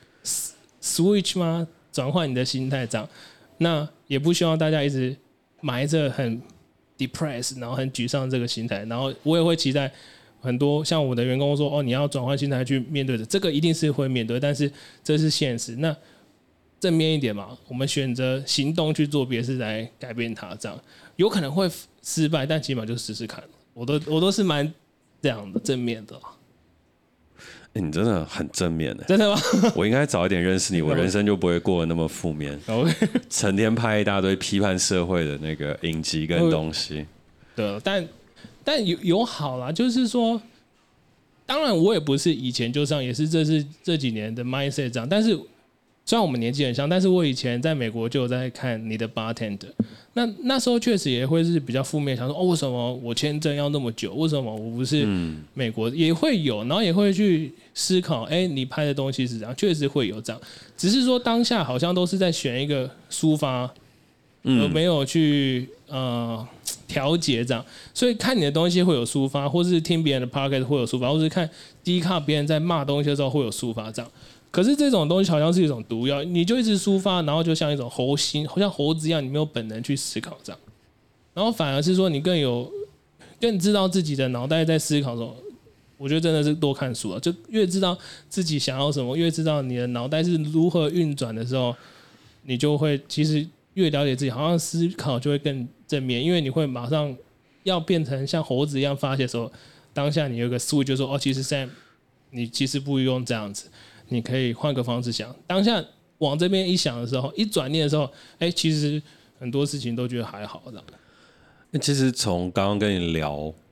Speaker 2: switch 吗？转换你的心态，这样，那也不希望大家一直埋着很depressed， 然后很沮丧这个心态，然后我也会期待很多像我的员工说，哦，你要转换心态去面对的，这个一定是会面对，但是这是现实。那正面一点嘛，我们选择行动去做别的事来改变它，这样有可能会失败，但起码就试试看。我都我都是蛮这样的正面的。
Speaker 1: 欸、你真的很正面的，
Speaker 2: 真的吗？
Speaker 1: 我应该早一点认识你，我人生就不会过得那么负面。
Speaker 2: OK，
Speaker 1: 成天拍一大堆批判社会的那个影集跟东西。
Speaker 2: 对，但但有有好啦，就是说，当然我也不是以前就这样，也是这是这几年的 mindset 这样。但是虽然我们年纪很像，但是我以前在美国就有在看你的 bartender， 那那时候确实也会是比较负面，想说哦，为什么我签证要那么久？为什么我不是美国？嗯、也会有，然后也会去思考，哎，你拍的东西是这样，确实会有这样。只是说当下好像都是在选一个抒发，而没有去呃调节这样。所以看你的东西会有抒发，或是听别人的 podcast 会有抒发，或是看低卡别人在骂东西的时候会有抒发这样。可是这种东西好像是一种毒药，你就一直抒发，然后就像一种猴心，好像猴子一样，你没有本能去思考这样，然后反而是说你更有更知道自己的脑袋在思考的时候，我觉得真的是多看书啊，就越知道自己想要什么，越知道你的脑袋是如何运转的时候，你就会其实越了解自己，好像思考就会更正面，因为你会马上要变成像猴子一样发泄的时候，当下你有一个思维就说哦，其实 Sam 你其实不用这样子。你可以换个方式想，当下往这边一想的时候，一转念的时候，哎，其实很多事情都觉得还好的。
Speaker 1: 其实从刚刚跟你聊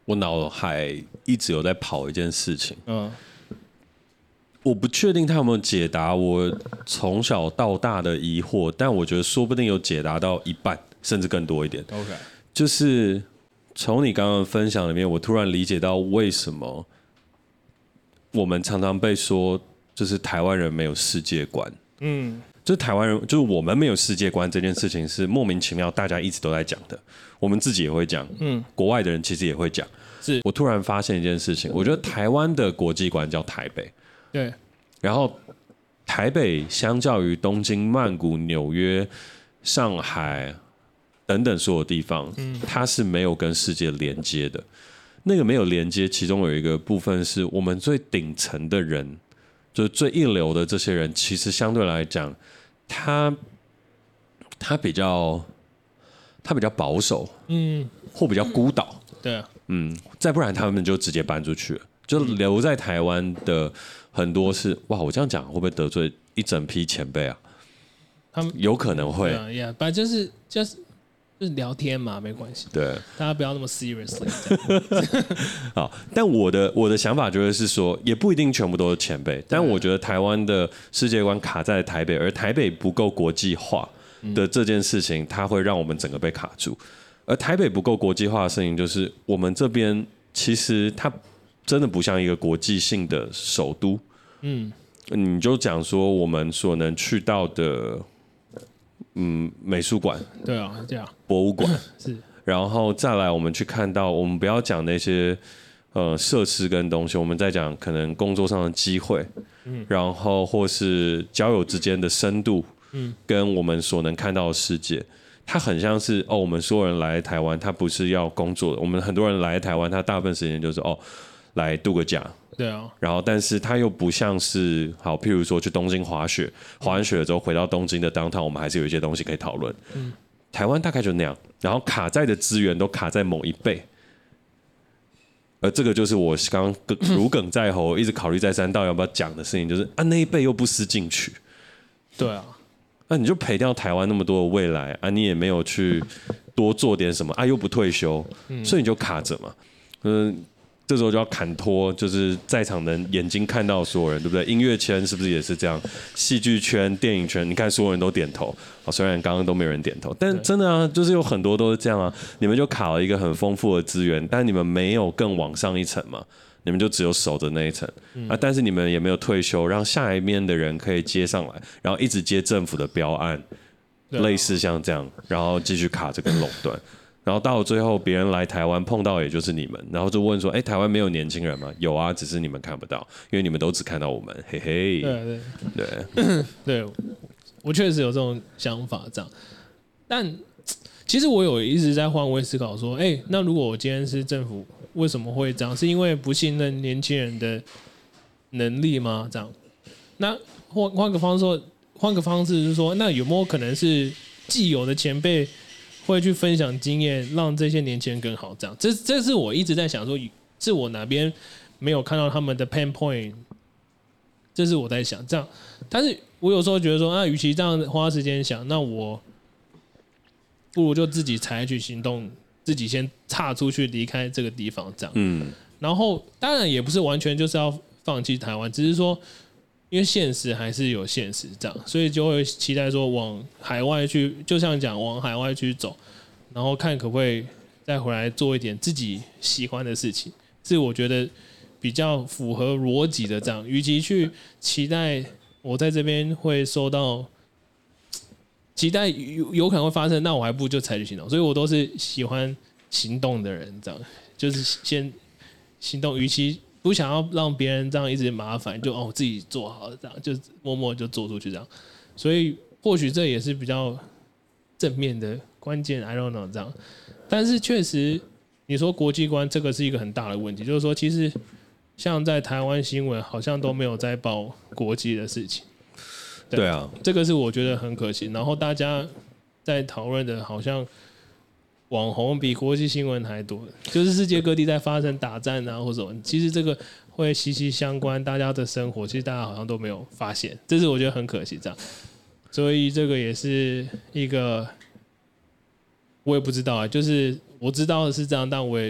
Speaker 1: 我脑海一直有在跑一件事情，
Speaker 2: 嗯，
Speaker 1: 我不确定他有没有解答我从小到大的疑惑，但我觉得说不定有解答到一半，甚至更多一点。
Speaker 2: OK，
Speaker 1: 就是从你刚刚的分享里面，我突然理解到为什么我们常常被说，就是台湾人没有世界观。
Speaker 2: 嗯，
Speaker 1: 就是台湾人，就是我们没有世界观这件事情是莫名其妙，大家一直都在讲的，我们自己也会讲，嗯，国外的人其实也会讲。
Speaker 2: 是
Speaker 1: 我突然发现一件事情，我觉得台湾的国际观叫台北，
Speaker 2: 对，
Speaker 1: 然后台北相较于东京、曼谷、纽约、上海等等所有地方，嗯，它是没有跟世界连接的。那个没有连接，其中有一个部分是我们最顶层的人，就是最一流的这些人，其实相对来讲，他他比较他比较保守，嗯，或比较孤岛，
Speaker 2: 对啊，
Speaker 1: 嗯，再不然他们就直接搬出去了，就留在台湾的很多是哇，我这样讲会不会得罪一整批前辈啊？
Speaker 2: 他们
Speaker 1: 有可能会，
Speaker 2: 对啊，反正就是就是就是聊天嘛，没关系，
Speaker 1: 对，
Speaker 2: 大家不要那么 seriously。
Speaker 1: 好，但我的我的想法就会是说，也不一定全部都是前辈，但我觉得台湾的世界观卡在台北，而台北不够国际化的这件事情，它会让我们整个被卡住。而台北不够国际化的事情，就是我们这边其实它真的不像一个国际性的首都。嗯，你就讲说我们所能去到的，嗯，美术馆，
Speaker 2: 对啊，这样
Speaker 1: 博物馆
Speaker 2: 是，
Speaker 1: 然后再来我们去看到，我们不要讲那些呃设施跟东西，我们再讲可能工作上的机会，嗯，然后或是交友之间的深度，嗯，跟我们所能看到的世界。它很像是哦，我们所有人来台湾，他不是要工作的。我们很多人来台湾，他大部分时间就是哦，来度个假。
Speaker 2: 对啊。
Speaker 1: 然后，但是它又不像是好，譬如说去东京滑雪，滑完雪了之后回到东京的downtown，我们还是有一些东西可以讨论。嗯，台湾大概就那样，然后卡在的资源都卡在某一辈。而这个就是我刚刚如鲠在喉，一直考虑再三，到底要不要讲的事情，就是啊，那一辈又不思进取。
Speaker 2: 对啊。
Speaker 1: 那、啊、你就赔掉台湾那么多的未来啊！你也没有去多做点什么啊，又不退休，所以你就卡着嘛。嗯，这时候就要砍脱，就是在场的眼睛看到所有人，对不对？音乐圈是不是也是这样？戏剧圈、电影圈，你看所有人都点头。哦、虽然刚刚都没有人点头，但真的啊，就是有很多都是这样啊。你们就卡了一个很丰富的资源，但你们没有更往上一层嘛？你们就只有守着那一层、嗯、啊，但是你们也没有退休，让下一面的人可以接上来，然后一直接政府的标案，类似像这样，然后继续卡这个垄断，然后到了最后别人来台湾碰到也就是你们，然后就问说，哎，台湾没有年轻人吗？有啊，只是你们看不到，因为你们都只看到我们，嘿嘿。
Speaker 2: 对对
Speaker 1: 对
Speaker 2: 对，我确实有这种想法，这样，但其实我有一直在换位思考，说，哎，那如果我今天是政府，为什么会这样？是因为不信任年轻人的能力吗？这样，那换换个方式说，换个方式就是说，那有没有可能是既有的前辈会去分享经验，让这些年轻人更好？这样，这这是我一直在想说，是我哪边没有看到他们的 pain point， 这是我在想这样。但是我有时候觉得说，那与其这样花时间想，那我不如就自己采取行动。自己先踏出去离开这个地方，这样。嗯，然后当然也不是完全就是要放弃台湾，只是说因为现实还是有现实这样，所以就会期待说往海外去，就像讲往海外去走，然后看可不可以再回来做一点自己喜欢的事情，是我觉得比较符合逻辑的这样。与其去期待我在这边会收到。期待有有可能会发生，那我还不如就采取行动，所以我都是喜欢行动的人，这样就是先行动，与其不想要让别人这样一直麻烦，就哦自己做好这样，就默默就做出去这样，所以或许这也是比较正面的关键 ，I don't know 这样，但是确实你说国际观这个是一个很大的问题，就是说其实像在台湾新闻好像都没有在报国际的事情。
Speaker 1: 对, 对啊，
Speaker 2: 这个是我觉得很可惜。然后大家在讨论的，好像网红比国际新闻还多，就是世界各地在发生打战啊，或者什么。其实这个会息息相关，大家的生活，其实大家好像都没有发现，这是我觉得很可惜。这样，所以这个也是一个，我也不知道啊，就是我知道的是这样，但我也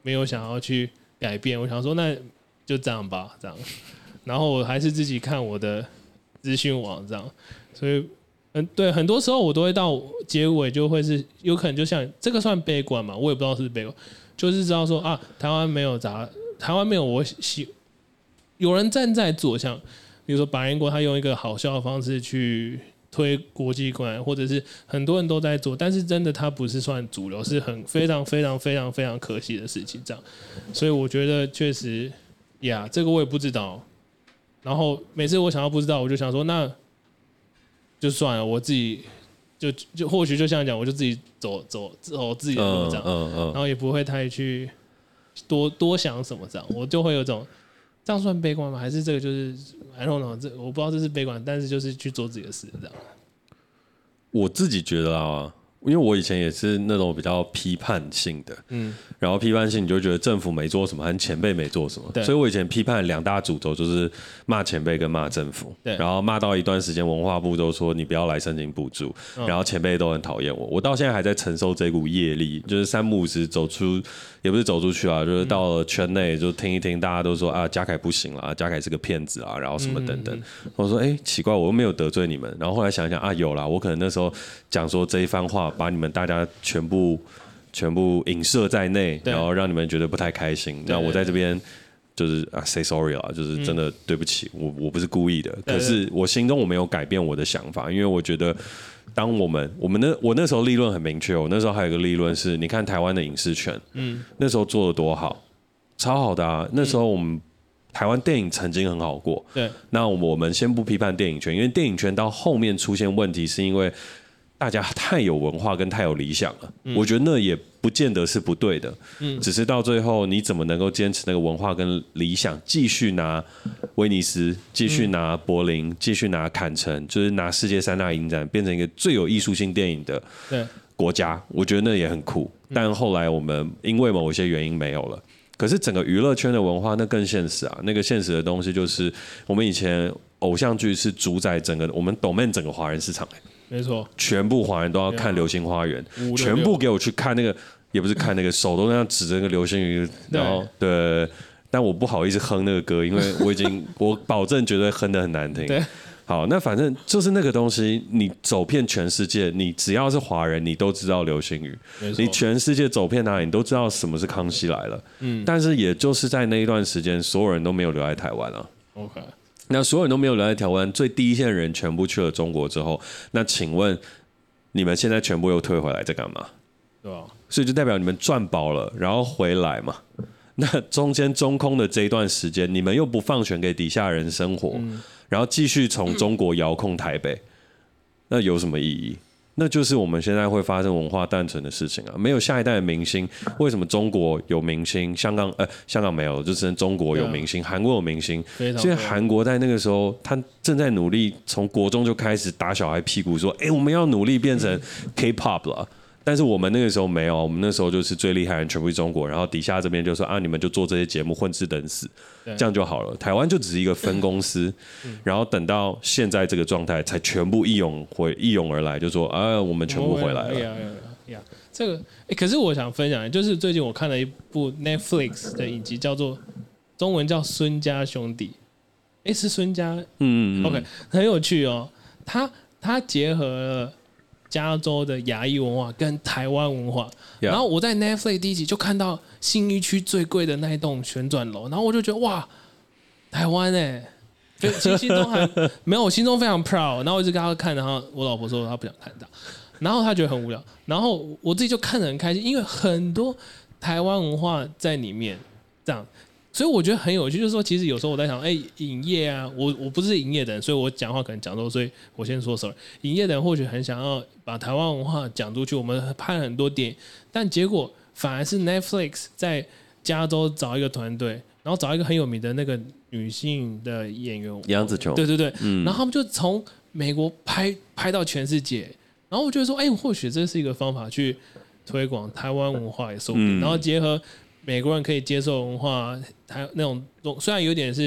Speaker 2: 没有想要去改变，我想说那就这样吧，这样。然后我还是自己看我的资讯网这样，所以嗯，对，很多时候我都会到结尾就会是有可能就像这个算悲观嘛，我也不知道是不是悲观，就是知道说啊，台湾没有砸，台湾没有我喜，有人站在做，像比如说百灵果，他用一个好笑的方式去推国际观，或者是很多人都在做，但是真的它不是算主流，是很非常非常非常非常可惜的事情，这样，所以我觉得确实呀，这个我也不知道。然后每次我想要不知道，我就想说那就算了，我自己就就或许就像讲，我就自己走走走自己的路这样，嗯嗯嗯、然后也不会太去多多想什么这样，我就会有种这样算悲观吗？还是这个就是 I don't know， 这我不知道这是悲观，但是就是去做自己的事这样。
Speaker 1: 我自己觉得啊，因为我以前也是那种比较批判性的，嗯，然后批判性你就会觉得政府没做什么，和前辈没做什么，所以我以前批判两大主轴就是骂前辈跟骂政府，然后骂到一段时间，文化部都说你不要来申请补助，嗯、然后前辈都很讨厌我，我到现在还在承受这股业力，就是三不五时走出，也不是走出去啊，就是到了圈内就听一听，大家都说啊，嘉凯不行啦，嘉凯是个骗子啊，然后什么等等，嗯嗯嗯我说哎、欸，奇怪，我又没有得罪你们，然后后来想一想啊，有啦，我可能那时候讲说这一番话，把你们大家全部全部影射在内，然后让你们觉得不太开心。那我在这边就是啊 ，say sorry 啦，就是真的对不起，嗯、我我不是故意的。可是我心中我没有改变我的想法，因为我觉得，当我们我们那我那时候立论很明确，我那时候还有一个立论是，你看台湾的影视圈，嗯，那时候做的多好，超好的啊。那时候我们台湾电影曾经很好过，对。那我们先不批判电影圈，因为电影圈到后面出现问题，是因为大家太有文化跟太有理想了，嗯、我觉得那也不见得是不对的，嗯、只是到最后你怎么能够坚持那个文化跟理想，继续拿威尼斯，继续拿柏林，继续拿坎城，就是拿世界三大影展变成一个最有艺术性电影的国家，我觉得那也很酷。但后来我们因为某些原因没有了。可是整个娱乐圈的文化那更现实啊，那个现实的东西就是我们以前偶像剧是主宰整个我们 domain 整个华人市场、欸
Speaker 2: 没错，
Speaker 1: 全部华人都要看《流星花园》，全部给我去看那个，也不是看那个，手都那样指着那个流星雨，然后对，但我不好意思哼那个歌，因为我已经，我保证绝对哼得很难听。对，好，那反正就是那个东西，你走遍全世界，你只要是华人，你都知道流星雨，你全世界走遍哪里，你都知道什么是康熙来了。嗯，但是也就是在那一段时间，所有人都没有留在台湾啊。
Speaker 2: OK。
Speaker 1: 那所有人都没有留在台湾，最第一线的人全部去了中国之后，那请问你们现在全部又退回来在干嘛？对啊，所以就代表你们赚饱了，然后回来嘛。那中间中空的这一段时间，你们又不放权给底下人生活，嗯、然后继续从中国遥控台北，那有什么意义？那就是我们现在会发生文化断层的事情啊！没有下一代的明星，为什么中国有明星，香港呃香港没有，就只能中国有明星，韩国有明星。所以韩国在那个时候，他正在努力从国中就开始打小孩屁股，说：“哎、欸，我们要努力变成 K-pop 了。”但是我们那个时候没有，我们那时候就是最厉害的人全部是中国，然后底下这边就说啊，你们就做这些节目混吃等死，这样就好了。台湾就只是一个分公司，嗯、然后等到现在这个状态，才全部一涌回一涌而来，就说啊，我们全部回来了。呀呀
Speaker 2: 呀！这个哎、欸，可是我想分享，就是最近我看了一部 Netflix 的影集，叫做中文叫《孙家兄弟》，哎、欸，是孙家，嗯嗯 ，OK， 很有趣哦。他他结合了加州的亚裔文化跟台湾文化， yeah. 然后我在 Netflix 第一集就看到信义区最贵的那一栋旋转楼，然后我就觉得哇，台湾哎、欸，其实心中还没有，我心中非常 proud， 然后我一直跟他看，然后我老婆说她不想看到，然后她觉得很无聊，然后我自己就看得很开心，因为很多台湾文化在里面，这样。所以我觉得很有趣，就是说，其实有时候我在想，哎、欸，影业啊，我我不是影业的人，所以我讲话可能讲多，所以我先说 sorry。影业的人或许很想要把台湾文化讲出去，我们拍了很多电影，但结果反而是 Netflix 在加州找一个团队，然后找一个很有名的那个女性的演员
Speaker 1: 杨紫琼，
Speaker 2: 对对对，嗯、然后他们就从美国拍拍到全世界，然后我觉得说，哎、欸，或许这是一个方法去推广台湾文化也说不定，嗯、然后结合美国人可以接受文化，台那种虽然有点是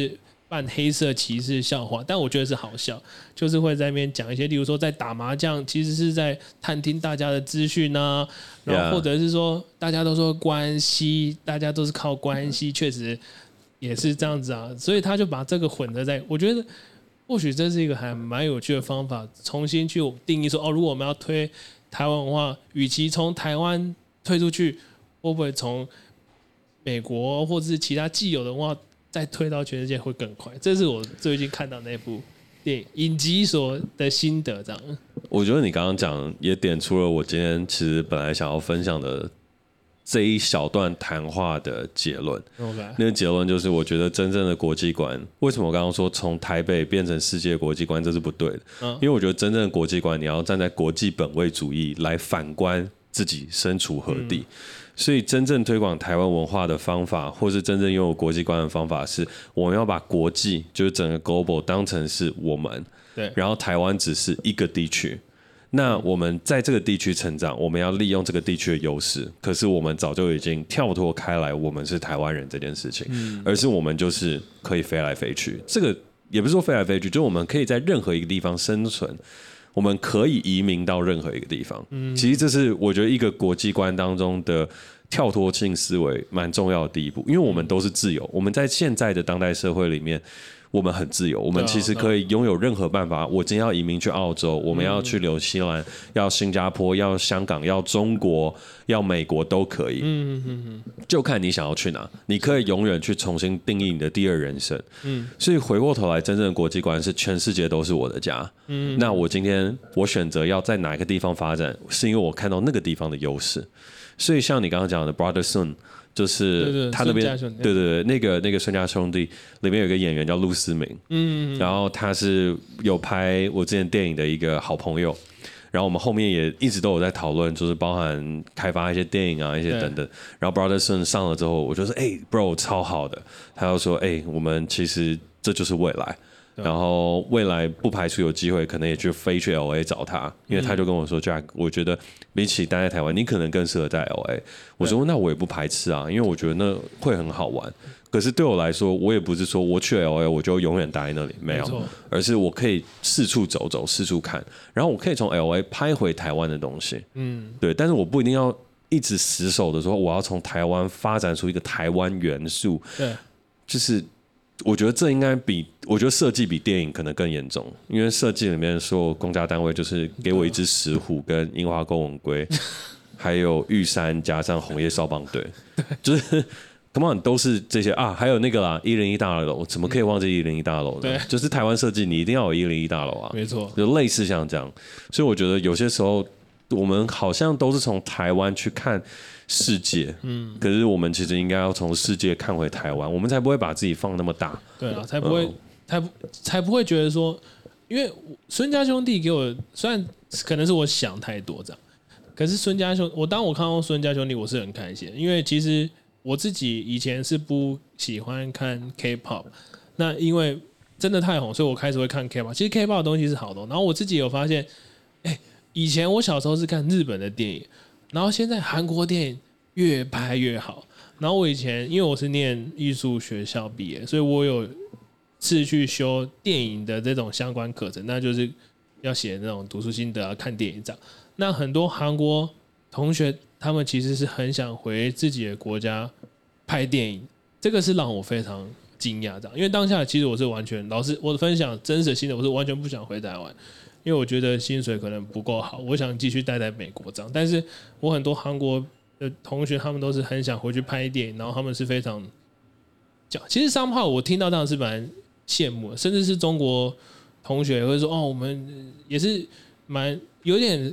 Speaker 2: 扮黑色骑士笑话，但我觉得是好笑，就是会在那边讲一些，例如说在打麻将，其实是在探听大家的资讯啊，然后或者是说大家都说关系，大家都是靠关系，确实也是这样子啊，所以他就把这个混合在，我觉得或许这是一个还蛮有趣的方法，重新去定义说，哦，如果我们要推台湾文化，与其从台湾推出去，会不会从美国或者是其他既有的文化再推到全世界会更快？这是我最近看到那部电影影集所的心得，这样。
Speaker 1: 我觉得你刚刚讲也点出了我今天其实本来想要分享的这一小段谈话的结论。
Speaker 2: Okay.
Speaker 1: 那个结论就是，我觉得真正的国际观，为什么我刚刚说从台北变成世界国际观，这是不对的。嗯、因为我觉得真正的国际观，你要站在国际本位主义来反观自己身处何地。嗯，所以真正推广台湾文化的方法，或是真正拥有国际观的方法，是我们要把国际，就是整个 global 当成是我们，
Speaker 2: 对，
Speaker 1: 然后台湾只是一个地区。那我们在这个地区成长，我们要利用这个地区的优势。可是我们早就已经跳脱开来，我们是台湾人这件事情，嗯，而是我们就是可以飞来飞去。这个也不是说飞来飞去，就是我们可以在任何一个地方生存。我们可以移民到任何一个地方，嗯，其实这是我觉得一个国际观当中的跳脱性思维蛮重要的第一步，因为我们都是自由，我们在现在的当代社会里面，我们很自由，我们其实可以拥有任何办法。我今天要移民去澳洲，我们要去纽西兰，要新加坡，要香港，要中国，要美国都可以，嗯嗯嗯，就看你想要去哪，你可以永远去重新定义你的第二人生，嗯，所以回过头来，真正的国际观是全世界都是我的家，嗯，那我今天我选择要在哪个地方发展，是因为我看到那个地方的优势，所以像你刚刚讲的 Brother Sun。就是他那边，对对对，那个那个孙家兄弟里面有一个演员叫陆思明，嗯，然后他是有拍我之前电影的一个好朋友，然后我们后面也一直都有在讨论，就是包含开发一些电影啊，一些等等。然后 Brotherson 上了之后，我就说，哎、欸、，Bro 超好的，他就说，哎、欸，我们其实这就是未来。然后未来不排除有机会，可能也去飞去 L A 找他，因为他就跟我说 ，Jack， 我觉得比起待在台湾，你可能更适合在 L A。我说那我也不排斥啊，因为我觉得那会很好玩。可是对我来说，我也不是说我去 L A 我就永远待在那里，没有，而是我可以四处走走，四处看，然后我可以从 L A 拍回台湾的东西。嗯，对，但是我不一定要一直死守的说我要从台湾发展出一个台湾元素。对，就是。我觉得这应该比我觉得设计比电影可能更严重，因为设计里面所有公家单位就是给我一只石虎跟樱花钩吻龟，还有玉山加上红叶少棒队，就是 come on 都是这些啊，还有那个啦一零一大楼，怎么可以忘记一零一大楼呢？对，就是台湾设计你一定要有一零一大楼啊，
Speaker 2: 没错，
Speaker 1: 就类似像这样，所以我觉得有些时候我们好像都是从台湾去看。世界，嗯，可是我们其实应该要从世界看回台湾，我们才不会把自己放那么大。
Speaker 2: 对啊，才不会，嗯、才不才不会觉得说，因为孙家兄弟给我，虽然可能是我想太多这样，可是孙家兄，我当我看到孙家兄弟，我是很开心，因为其实我自己以前是不喜欢看 K-pop， 那因为真的太红，所以我开始会看 K-pop。其实 K-pop 的东西是好的，然后我自己有发现，哎、欸，以前我小时候是看日本的电影。然后现在韩国电影越拍越好。然后我以前因为我是念艺术学校毕业，所以我有次去修电影的这种相关课程，那就是要写那种读书心得啊、看电影这样。那很多韩国同学他们其实是很想回自己的国家拍电影，这个是让我非常惊讶这样。因为当下其实我是完全老师我的分享真实心得，我是完全不想回台湾。因为我觉得薪水可能不够好，我想继续待在美国这样。但是我很多韩国的同学，他们都是很想回去拍电影，然后他们是非常讲。其实商炮我听到当然是蛮羡慕的，甚至是中国同学会说：“哦，我们也是蛮有点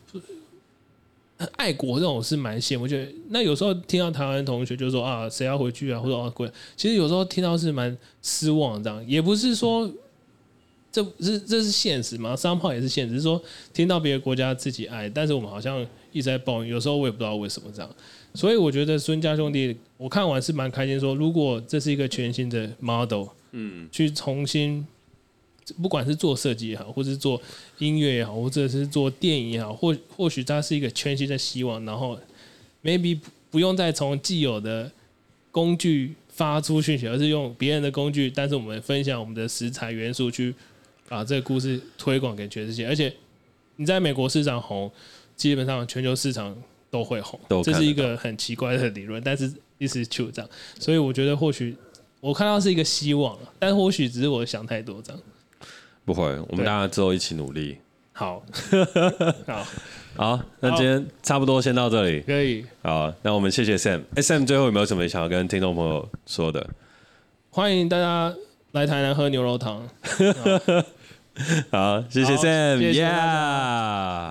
Speaker 2: 爱国这种是蛮羡慕。”我觉得那有时候听到台湾同学就说：“啊，谁要回去啊？”或者“哦，贵。”其实有时候听到是蛮失望这样，也不是说。这是这是现实吗？商炮也是现实，是说听到别的国家自己爱，但是我们好像一直在抱怨，有时候我也不知道为什么这样。所以我觉得孙家兄弟，我看完是蛮开心说，如果这是一个全新的 model， 嗯，去重新，不管是做设计也好，或是做音乐也好，或者是做电影也好，或或许它是一个全新的希望，然后 maybe 不用再从既有的工具发出讯息，而是用别人的工具，但是我们分享我们的食材元素去把这个故事推广给全世界。而且你在美国市场红，基本上全球市场都会红，这是一个很奇怪的理论，但是 this is true 这样。所以我觉得或许我看到是一个希望了，但或许只是我想太多这样。
Speaker 1: 不会，我们大家之后一起努力。
Speaker 2: 好，好，
Speaker 1: 好，那今天差不多先到这里。
Speaker 2: 可以。
Speaker 1: 好，那我们谢谢 Sam。哎 ，Sam 最后有没有什么想要跟听众朋友说的？
Speaker 2: 欢迎大家来台南喝牛肉汤。
Speaker 1: 好，谢谢 Sam，
Speaker 2: 谢谢大
Speaker 1: 家。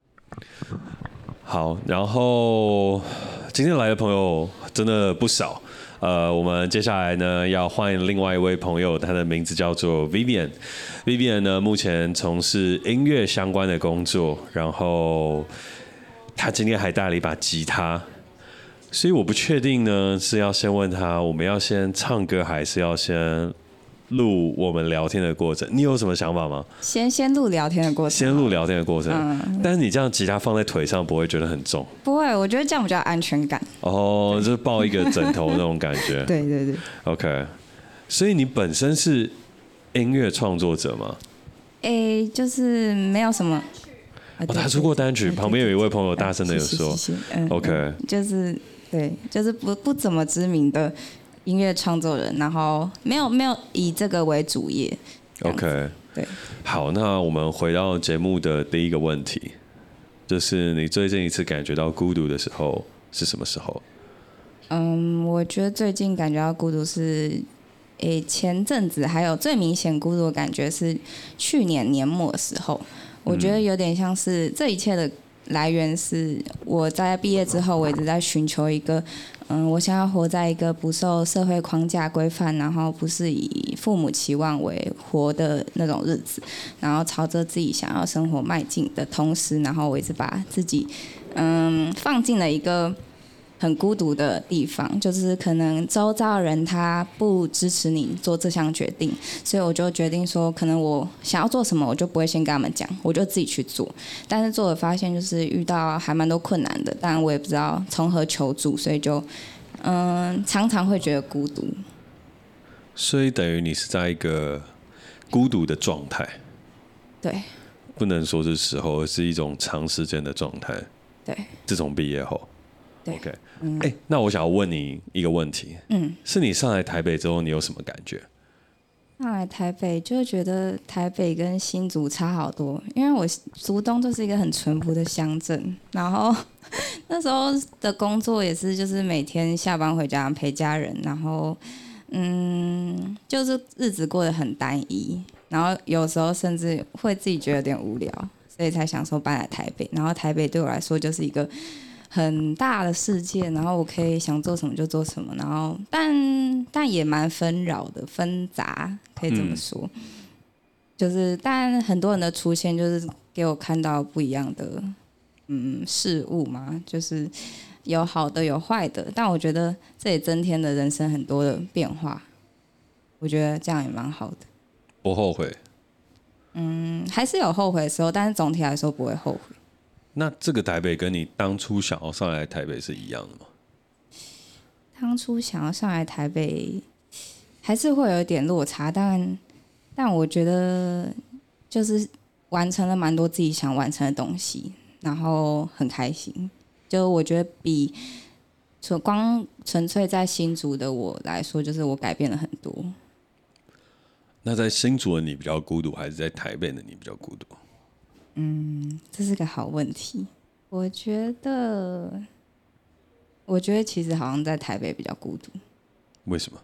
Speaker 1: 好，然后今天来的朋友真的不少。呃，我们接下来呢要欢迎另外一位朋友，他的名字叫做 Vivian。Vivian 呢目前从事音乐相关的工作，然后他今天还带了一把吉他，所以我不确定呢是要先问他，我们要先唱歌还是要先录我们聊天的过程？你有什么想法吗？
Speaker 3: 先先录聊天的过程，
Speaker 1: 先录聊天的过程。嗯，但是你这样吉他放在腿上，不会觉得很重？
Speaker 3: 不会，我觉得这样比较有安全感。
Speaker 1: 哦，就是抱一个枕头那种感觉。
Speaker 3: 对对对。
Speaker 1: OK， 所以你本身是音乐创作者吗？
Speaker 3: 诶，就是没有什么。
Speaker 1: 哦，他出过单曲，旁边有一位朋友大声的有说。
Speaker 3: 嗯
Speaker 1: OK，
Speaker 3: 就是对，就是不不怎么知名的音乐创作人，然后没有没有以这个为主业。
Speaker 1: OK，
Speaker 3: 对。
Speaker 1: 好，那我们回到节目的第一个问题，就是你最近一次感觉到孤独的时候是什么时候？
Speaker 3: 嗯，我觉得最近感觉到孤独是，诶，前阵子还有最明显孤独的感觉是去年年末的时候，我觉得有点像是这一切的来源是我在毕业之后，我一直在寻求一个。嗯，我想要活在一个不受社会框架规范，然后不是以父母期望为活的那种日子，然后朝着自己想要生活迈进的同时，然后我一直把自己嗯放进了一个很孤独的地方，就是可能周遭的人他不支持你做这项决定，所以我就决定说，可能我想要做什么，我就不会先跟他们讲，我就自己去做。但是做了发现就是遇到还蛮多困难的，当然我也不知道从何求助，所以就嗯常常会觉得孤独。
Speaker 1: 所以等于你是在一个孤独的状态。
Speaker 3: 对。
Speaker 1: 不能说是时候，而是一种长时间的状态。
Speaker 3: 对。
Speaker 1: 自从毕业后。
Speaker 3: 对
Speaker 1: OK， 嗯欸，那我想要问你一个问题，嗯，是你上来台北之后，你有什么感觉？
Speaker 3: 上来台北就会觉得台北跟新竹差好多，因为我竹东就是一个很淳朴的乡镇，然后那时候的工作也是就是每天下班回家陪家人，然后嗯，就是日子过得很单一，然后有时候甚至会自己觉得有点无聊，所以才想说搬来台北，然后台北对我来说就是一个很大的世界，然后我可以想做什么就做什么，然后但但也蛮纷扰的、纷杂，可以这么说。嗯、就是但很多人的出现，就是给我看到不一样的嗯事物嘛，就是有好的有坏的，但我觉得这也增添了人生很多的变化。我觉得这样也蛮好的。
Speaker 1: 不后悔？
Speaker 3: 嗯，还是有后悔的时候，但是总体来说不会后悔。
Speaker 1: 那这个台北跟你当初想要上来台北是一样的吗？
Speaker 3: 当初想要上来台北，还是会有一点落差，但但我觉得就是完成了蛮多自己想完成的东西，然后很开心。就我觉得比纯光纯粹在新竹的我来说，就是我改变了很多。
Speaker 1: 那在新竹的你比较孤独，还是在台北的你比较孤独？
Speaker 3: 嗯，这是个好问题。我觉得，我觉得其实好像在台北比较孤独。
Speaker 1: 为什么？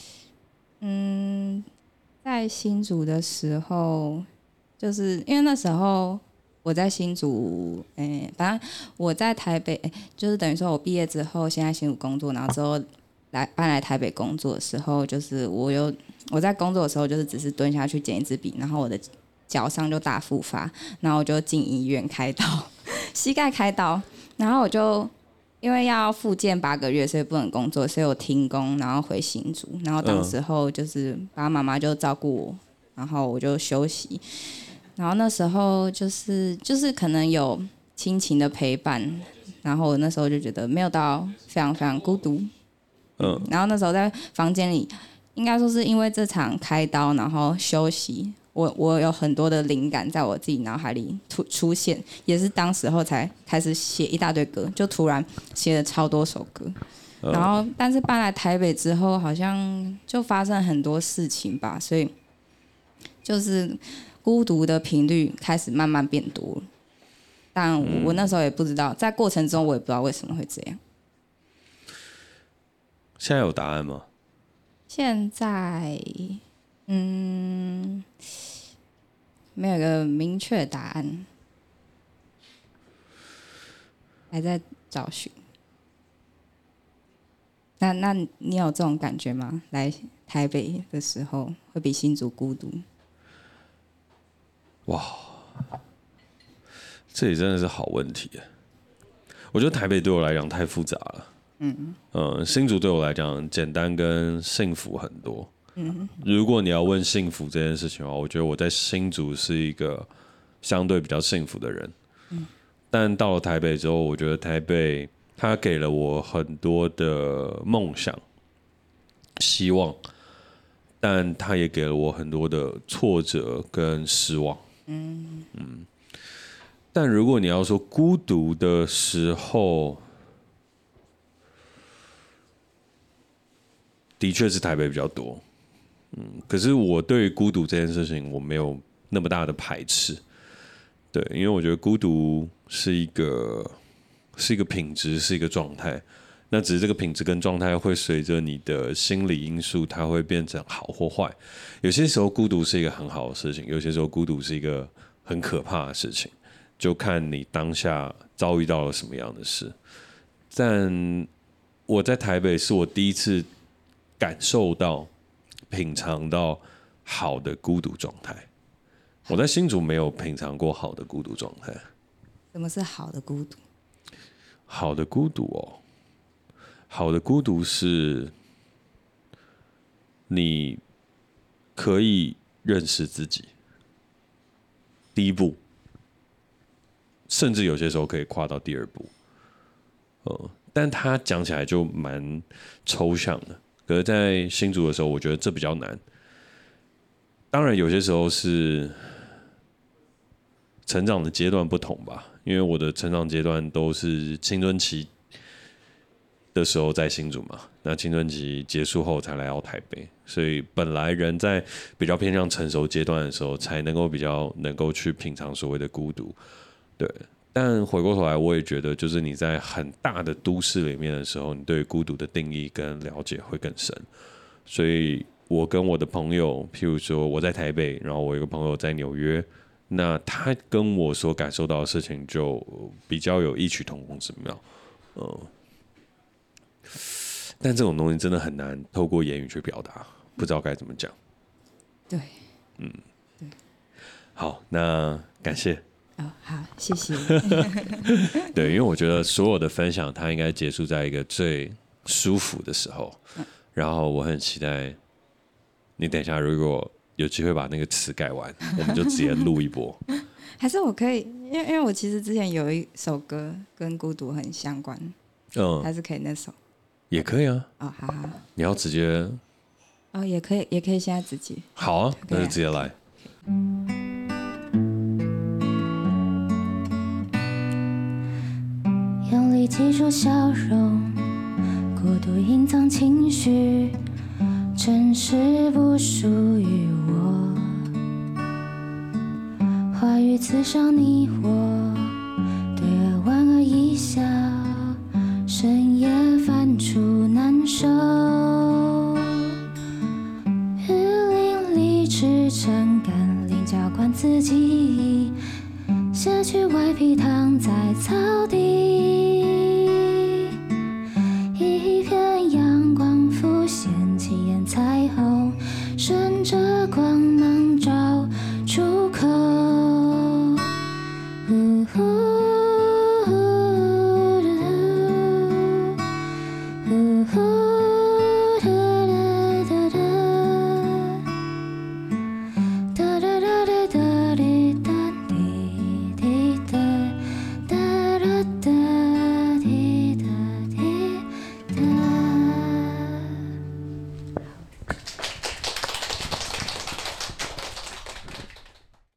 Speaker 3: 嗯，在新竹的时候，就是因为那时候我在新竹，诶、欸，反正我在台北，欸、就是等于说我毕业之后，现在新竹工作，然后之后来搬来台北工作的时候，就是我有我在工作的时候，就是只是蹲下去捡一支笔，然后我的脚上就大复发，然后我就进医院开刀，膝盖开刀，然后我就因为要复健八个月，所以不能工作，所以我停工，然后回新竹，然后当时候就是爸爸妈妈就照顾我，然后我就休息，然后那时候就是就是可能有亲情的陪伴，然后我那时候就觉得没有到非常非常孤独。 嗯，然后那时候在房间里，应该说是因为这场开刀，然后休息，我我有很多的灵感在我自己脑海里出出现，也是当时候才开始写一大堆歌，就突然写了超多首歌。然后，但是搬来台北之后，好像就发生很多事情吧，所以就是孤独的频率开始慢慢变多了。但我我那时候也不知道，在过程中我也不知道为什么会这样。
Speaker 1: 现在有答案吗？
Speaker 3: 现在，嗯，没有一个明确的答案，还在找寻。那那你有这种感觉吗？来台北的时候会比新竹孤独？
Speaker 1: 哇，这也真的是好问题。我觉得台北对我来讲太复杂了。嗯呃，新竹对我来讲简单跟幸福很多。嗯，如果你要问幸福这件事情的话，我觉得我在新竹是一个相对比较幸福的人。嗯，但到了台北之后，我觉得台北它给了我很多的梦想、希望，但它也给了我很多的挫折跟失望。嗯嗯，但如果你要说孤独的时候，的确是台北比较多。嗯，可是我对于孤独这件事情，我没有那么大的排斥。对，因为我觉得孤独是一个是一个品质，是一个状态。那只是这个品质跟状态会随着你的心理因素，它会变成好或坏。有些时候孤独是一个很好的事情，有些时候孤独是一个很可怕的事情，就看你当下遭遇到了什么样的事。但我在台北是我第一次感受到、品尝到好的孤独状态。我在新竹没有品尝过好的孤独状态。
Speaker 3: 什么是好的孤独？
Speaker 1: 好的孤独哦。好的孤独是，你可以认识自己，第一步，甚至有些时候可以跨到第二步，呃，但它讲起来就蛮抽象的。可是，在新竹的时候，我觉得这比较难。当然，有些时候是成长的阶段不同吧，因为我的成长阶段都是青春期的时候在新竹嘛，那青春期结束后才来到台北，所以本来人在比较偏向成熟阶段的时候，才能够比较能够去品尝所谓的孤独，对。但回过头来，我也觉得，就是你在很大的都市里面的时候，你对孤独的定义跟了解会更深。所以我跟我的朋友，譬如说我在台北，然后我有一个朋友在纽约，那他跟我所感受到的事情就比较有异曲同工之妙，嗯。但这种东西真的很难透过言语去表达，不知道该怎么讲。
Speaker 3: 对，
Speaker 1: 嗯，对。好，那感谢。
Speaker 3: 哦，好，谢谢。
Speaker 1: 对，因为我觉得所有的分享，它应该结束在一个最舒服的时候。嗯、然后我很期待你等一下，如果有机会把那个词改完，我们就直接录一波。
Speaker 3: 还是我可以，因为因为我其实之前有一首歌跟孤独很相关，嗯，还是可以那首。
Speaker 1: 也可以啊。
Speaker 3: 哦，好好。
Speaker 1: 你要直接？
Speaker 3: 哦，也可以，也可以现在直接。
Speaker 1: 好啊，那就直接来。
Speaker 4: 用力挤出笑容，孤独隐藏情绪，真实不属于我。话语刺伤你我，对耳莞尔一笑，深夜反刍难受。雨淋里赤诚干，脸浇灌自己，卸去外皮躺在草地，一片阳光浮现，起眼彩虹，顺着光